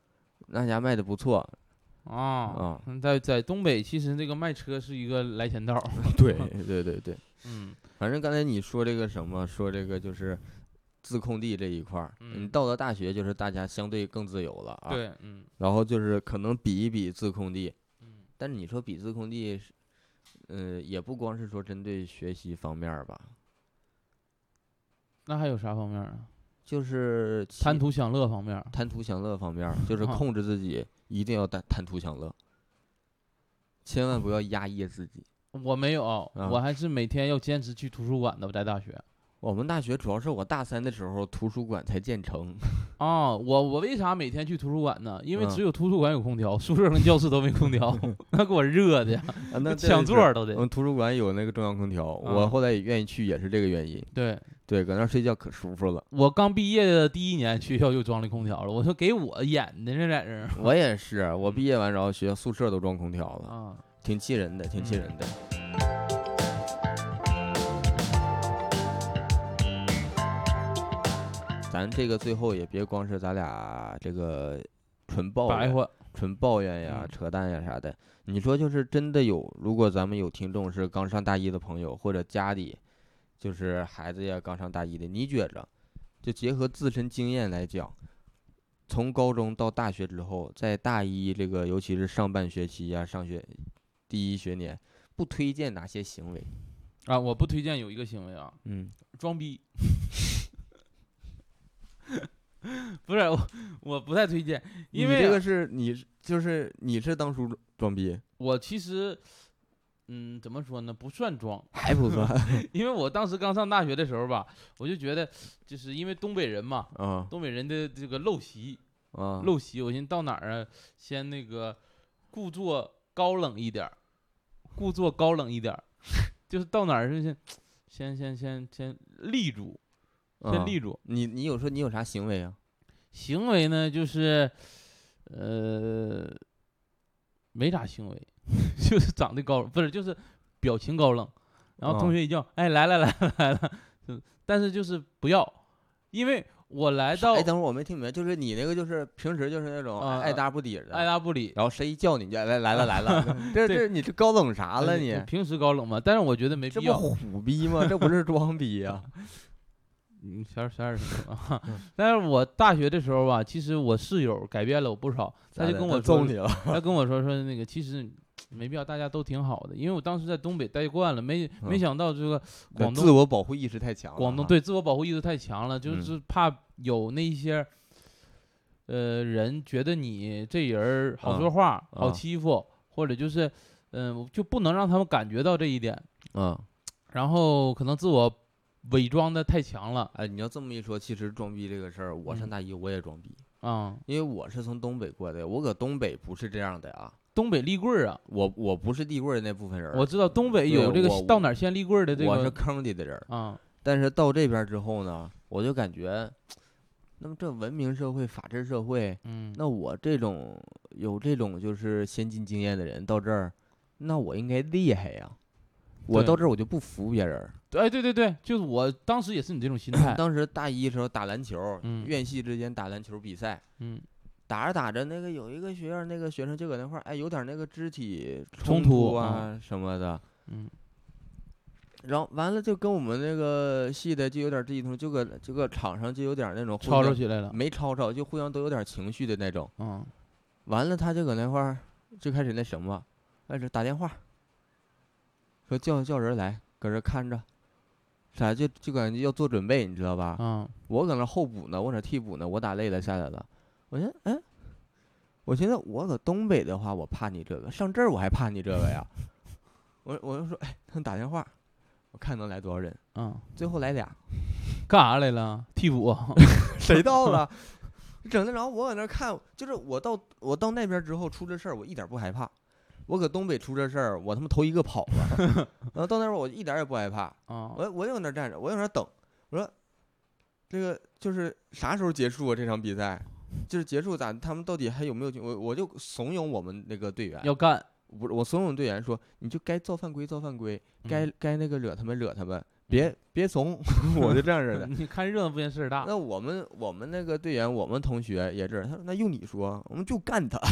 那家卖的不错啊啊。 嗯在在东北，其实这个卖车是一个来钱道。 对对对对， 嗯， 反正刚才你说这个什么，说这个就是自控力这一块儿， 嗯你到了大学就是大家相对更自由了啊。 对，嗯然后就是可能比一比自控力， 嗯， 但是你说比自控力是，呃，也不光是说针对学习方面儿吧， 那还有啥方面啊？ 就是其贪图享乐方面。 贪图享乐方面儿，就是啊控制自己，一定要贪贪图享乐，千万不要压抑自己。 我没有， 啊我还是每天要坚持去图书馆的。我在大学。 我们大学主要是我大三的时候图书馆才建成， 啊，我我为啥每天去图书馆呢？因为嗯只有图书馆有空调，宿舍跟教室都没空调，那给我热的呀， 啊，那抢座儿都得。 我们图书馆有那个中央空调，我啊后来也愿意去，也是这个原因。 对， 对，搁那儿睡觉可舒服了。 我刚毕业的第一年，学校就装了空调了。我说给我演的这在这儿我也是，我毕业完然后学校宿舍都装空调了， 啊。 挺气人的，挺气嗯人的。咱这个最后也别光是咱俩这个纯抱怨、 白话。 纯抱怨呀、 嗯扯淡呀啥的。你说就是真的有，如果咱们有听众是刚上大一的朋友，或者家里就是孩子呀刚上大一的，你觉着就结合自身经验来讲，从高中到大学之后，在大一这个尤其是上半学期呀、上学第一学年，不推荐哪些行为？ 啊，我不推荐有一个行为啊， 嗯， 装逼。不是我，我不太推荐，因为啊你这个是你就是你是当初装逼我其实，嗯，怎么说呢，不算装， 还不算因为我当时刚上大学的时候吧，我就觉得，就是因为东北人嘛， 啊东北人的这个陋习， 啊陋习，我寻思到哪儿啊，先那个故作高冷一点儿，故作高冷一点儿，就是到哪儿是先先先先先立住，先啊立住。 你你有说你有啥行为啊？ 行为呢，就是呃没啥行为，就是长得高冷，不是就是表情高冷，然后同啊学一叫，哎来了来了来了，就但是就是不要，因为我来到哎，等会儿我没听明白，就是你那个就是平时就是那种啊爱搭不理的， 爱答不理。 然后谁一叫你就来来了来了，这对这你这高冷啥了你？ 平时高冷嘛，但是我觉得没这不必要。 虎逼吗？这不是装逼呀、 嗯，小点小点声啊嗯！ 但是我大学的时候吧，其实我室友改变了我不少，他就跟我说揍，你了。 他跟我说说那个其实没必要，大家都挺好的，因为我当时在东北待惯了，没没嗯想到这个广自东我保护意识太强了啊。 广东对自我保护意识太强了，就嗯是怕有那一些呃人觉得你这人儿好说话、好啊欺负，或者就是嗯、就不能让他们感觉到这一点， 嗯， 然后可能自我伪装的太强了哎，你要这么一说，其实装逼这个事儿，我上嗯大一我也装逼， 啊、 因为我是从东北过来的，我搁东北不是这样的啊， 东北立棍儿啊， 我我不是立棍儿的那部分人儿， 我知道东北有这个对我到哪儿先立棍儿的这我是个坑里的人儿， 啊， 但是到这边儿之后呢，我就感觉，那么这文明社会、法治社会， 嗯， 那我这种有这种就是先进经验的人到这儿，那我应该厉害呀。我对到这儿我就不服别人儿。 哎对对对，就是我当时也是你这种心态， 当时大一时候打篮球， 嗯院系之间打篮球比赛， 嗯， 打着打着，那个有一个学院那个学生就搁那块儿，哎，有点那个肢体冲突突啊什么的， 嗯， 然后完了就跟我们那个系的就有点肢体冲突，就搁就搁场上就有点那种互吵吵相起来了， 没吵吵，就互相都有点情绪的那种。 嗯， 完了他就搁那块儿就开始那什么，开始打电话，说叫叫人来，搁这看着，啥就就感觉要做准备，你知道吧？ 啊， 我搁那候补呢，我搁那替补呢，我打累了下来了。我寻思，哎，我寻思我搁东北的话，我怕你这个，上这儿我还怕你这个呀。我我就说，哎，他打电话，我看能来多少人。 嗯， 最后来俩， 干啥来了？替补， 谁到了？整的，然后我搁那看，就是我到我到那边之后出这事儿，我一点不害怕。我搁东北出这事儿，我他妈头一个跑了。然后到那边我一点也不害怕， 啊， 我我就搁那站着，我就搁那等。我说，这个就是啥时候结束啊？这场比赛就是结束咋？他们到底还有没有进？我我就怂恿我们那个队员， 要干， 不是我怂恿队员说，你就该造犯规造犯规，该嗯该那个惹他们惹他们， 别别怂，我就这样式的。 你看热闹不嫌事儿大。 那我们我们那个队员，我们同学也是，他说那用你说，我们就干他。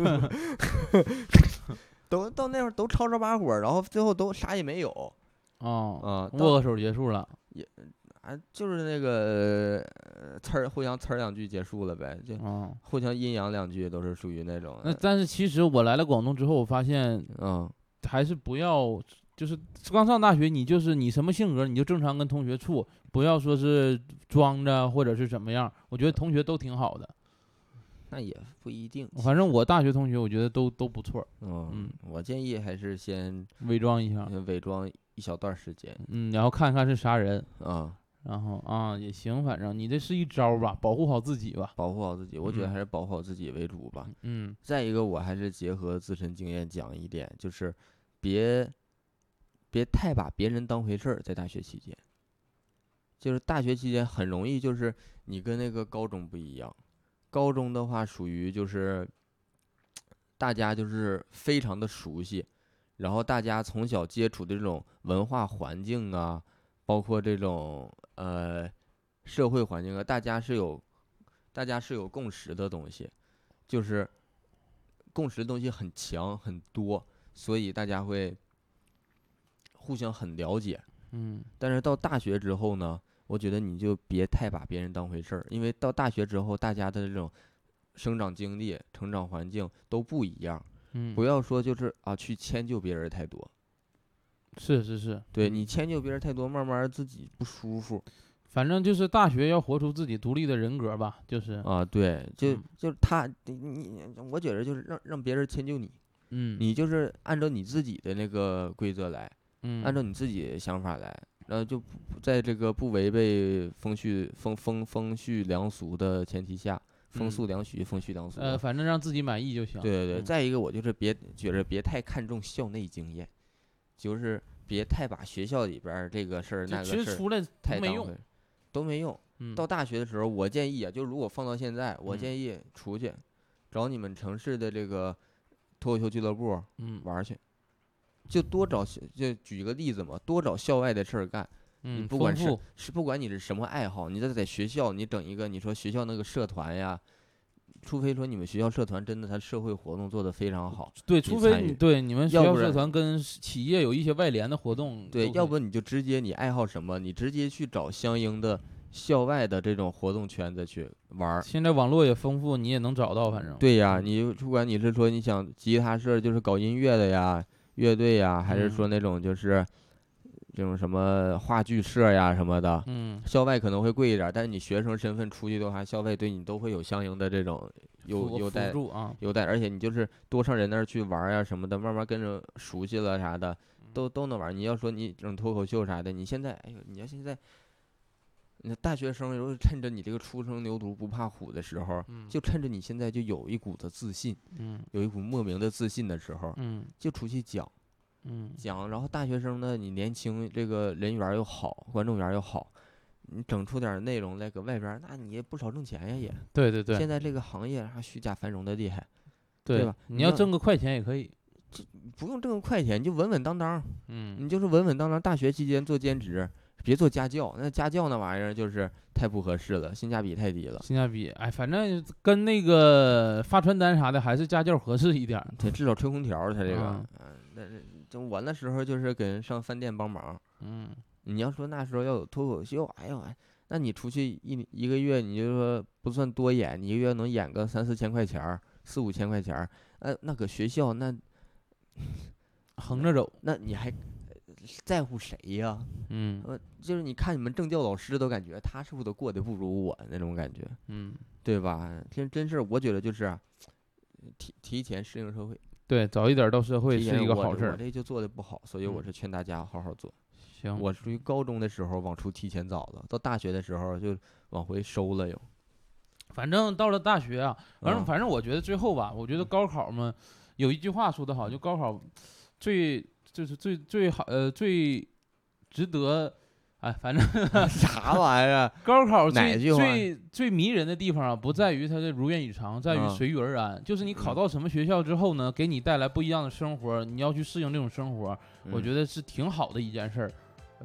都到那会儿都吵吵把火，然后最后都啥也没有。 哦， 啊， 握个手结束了。 也啊，就是那个呲儿互相呲儿两句结束了呗，就哦， 互相阴阳两句，都是属于那种。 那但是其实我来了广东之后，我发现， 嗯， 还是不要，就是刚上大学，你就是你什么性格，你就正常跟同学处，不要说是装着或者是怎么样。我觉得同学都挺好的。 那也不一定， 反正我大学同学，我觉得都都不错。 嗯嗯， 我建议还是先伪装一下， 伪装一小段时间。 嗯，然后看看是啥人啊， 然后啊也行，反正你这是一招吧，保护好自己吧， 保护好自己。我觉得还是保护好自己为主吧。 嗯， 再一个，我还是结合自身经验讲一点，就是别别太把别人当回事儿，在大学期间。就是大学期间很容易，就是你跟那个高中不一样。高中的话属于就是大家就是非常的熟悉，然后大家从小接触的这种文化环境啊，包括这种呃社会环境啊，大家是有大家是有共识的东西，就是共识的东西很强很多，所以大家会互相很了解。 嗯， 但是到大学之后呢，我觉得你就别太把别人当回事儿，因为到大学之后，大家的这种生长经历、成长环境都不一样。 嗯， 不要说就是啊去迁就别人太多。 是是是， 对你迁就别人太多，慢慢自己不舒服。 反正就是大学要活出自己独立的人格吧，就是啊，对，就、 嗯、 就是他，你你，我觉得就是让让别人迁就你， 嗯， 你就是按照你自己的那个规则来， 嗯， 按照你自己的想法来。然后就在这个不违背风序风风风序良俗的前提下，风俗良许，风序良俗。 呃，反正让自己满意就行。 对对对， 嗯、 再一个，我就是别觉着别太看重校内经验，就是别太把学校里边这个事儿那个事儿太当回，都没用。 嗯、 到大学的时候，我建议啊，就如果放到现在，我嗯、 建议出去找你们城市的这个脱口秀俱乐部， 嗯， 玩去。就多找，就举个例子嘛，多找校外的事儿干。 嗯， 你不管是是不管你是什么爱好，你在在学校你整一个，你说学校那个社团呀，除非说你们学校社团真的他社会活动做得非常好， 对，除非你对你们学校社团跟企业有一些外联的活动， 对，要不你就直接你爱好什么，你直接去找相应的校外的这种活动圈子去玩。 现在网络也丰富，你也能找到，反正。 对呀，你不管你是说你想吉他社就是搞音乐的呀。乐队呀，还是说那种就是这种什么话剧社呀什么的， 嗯， 校外可能会贵一点，但是你学生身份出去的话，校外对你都会有相应的这种优优待啊， 优待，而且你就是多上人那儿去玩呀什么的，慢慢跟着熟悉了啥的，都都能玩。你要说你整脱口秀啥的，你现在哎呦，你要现在。那大学生有时候趁着你这个初生牛犊不怕虎的时候， 嗯、 就趁着你现在就有一股子自信， 嗯， 有一股莫名的自信的时候， 嗯， 就出去讲， 嗯， 讲。然后大学生呢，你年轻，这个人缘又好，观众缘又好，你整出点内容来搁外边，那你也不少挣钱呀也。 对对对。 现在这个行业还虚假繁荣的厉害， 对, 对吧？ 你要挣个快钱也可以， 这不用挣个快钱，你就稳稳当当。 嗯， 你就是稳稳当当。大学期间做兼职。别做家教，那家教那玩意儿就是太不合适了，性价比太低了。 性价比，哎，反正跟那个发传单啥的，还是家教合适一点。 对，至少吹空调，他这个， 嗯， 那、啊、就我那时候就是给人上饭店帮忙。 嗯， 你要说那时候要有脱口秀，哎呦，那你出去一一个月，你就说不算多演，你一个月能演个三四千块钱，四五千块钱，呃，那搁学校那横着走， 那你还。在乎谁呀？ 嗯， 呃，就是你看你们政教老师都感觉他是不是都过得不如我那种感觉， 嗯， 对吧？真真是，我觉得就是提提前适应社会， 对，早一点到社会是一个好事儿。 我这就做的不好，所以我是劝大家好好做。 行， 我属于高中的时候往出提前早了，到大学的时候就往回收了又。 反正到了大学啊，反正、嗯、反正我觉得最后吧，我觉得高考嘛，有一句话说得好，就高考最。就是最最好呃最值得，哎，反正啥玩意儿？ 高考最最最最迷人的地方啊，不在于它的如愿以偿，在于随遇而安。嗯、就是你考到什么学校之后呢，给你带来不一样的生活，你要去适应这种生活， 嗯、 我觉得是挺好的一件事儿。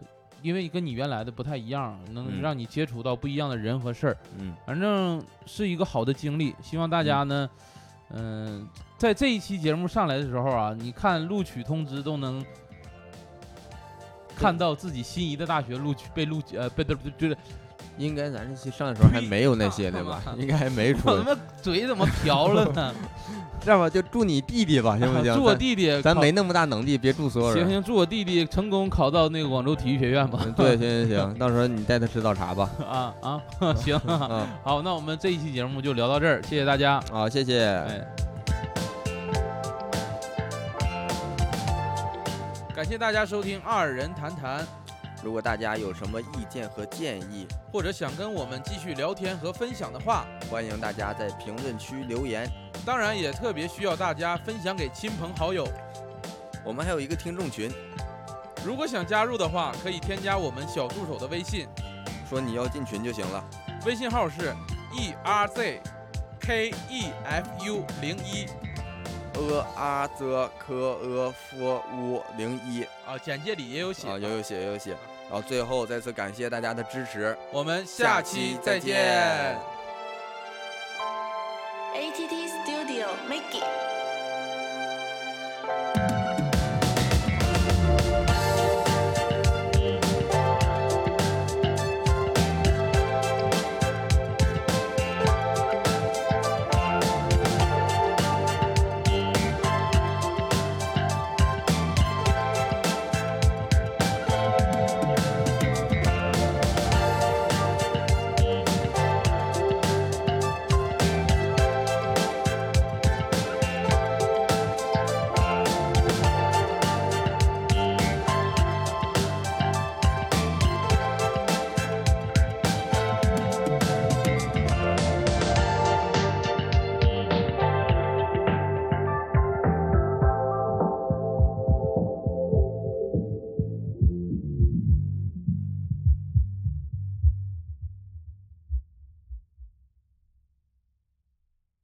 因为跟你原来的不太一样，能嗯让你接触到不一样的人和事儿， 嗯反正是一个好的经历。希望大家呢，嗯、在这一期节目上来的时候啊，你看录取通知都能看到自己心仪的大学录取被录取，呃，被的就是应该咱这期上的时候还没有那些对吧？应该还没出我。他妈嘴怎么瓢了呢？ 这样吧，就祝你弟弟吧，行不行？ 祝我弟弟考， 咱没那么大能力，别祝所有人。 行行，祝我弟弟成功考到那个广州体育学院吧。 嗯对，行行行，到时候你带他吃早茶吧。 啊啊，行， 嗯， 好，那我们这一期节目就聊到这儿，谢谢大家。 好，谢谢。 哎，感谢大家收听二人谈谈， 如果大家有什么意见和建议， 或者想跟我们继续聊天和分享的话， 欢迎大家在评论区留言。 当然也特别需要大家分享给亲朋好友。 我们还有一个听众群， 如果想加入的话，可以添加我们小助手的微信， 说你要进群就行了。 微信号是 e r z k e f u 零一呃啊则科呃夫乌零一啊，简介里也有写。 啊，有有写有有写。然后最后再次感谢大家的支持， 我们下期再见。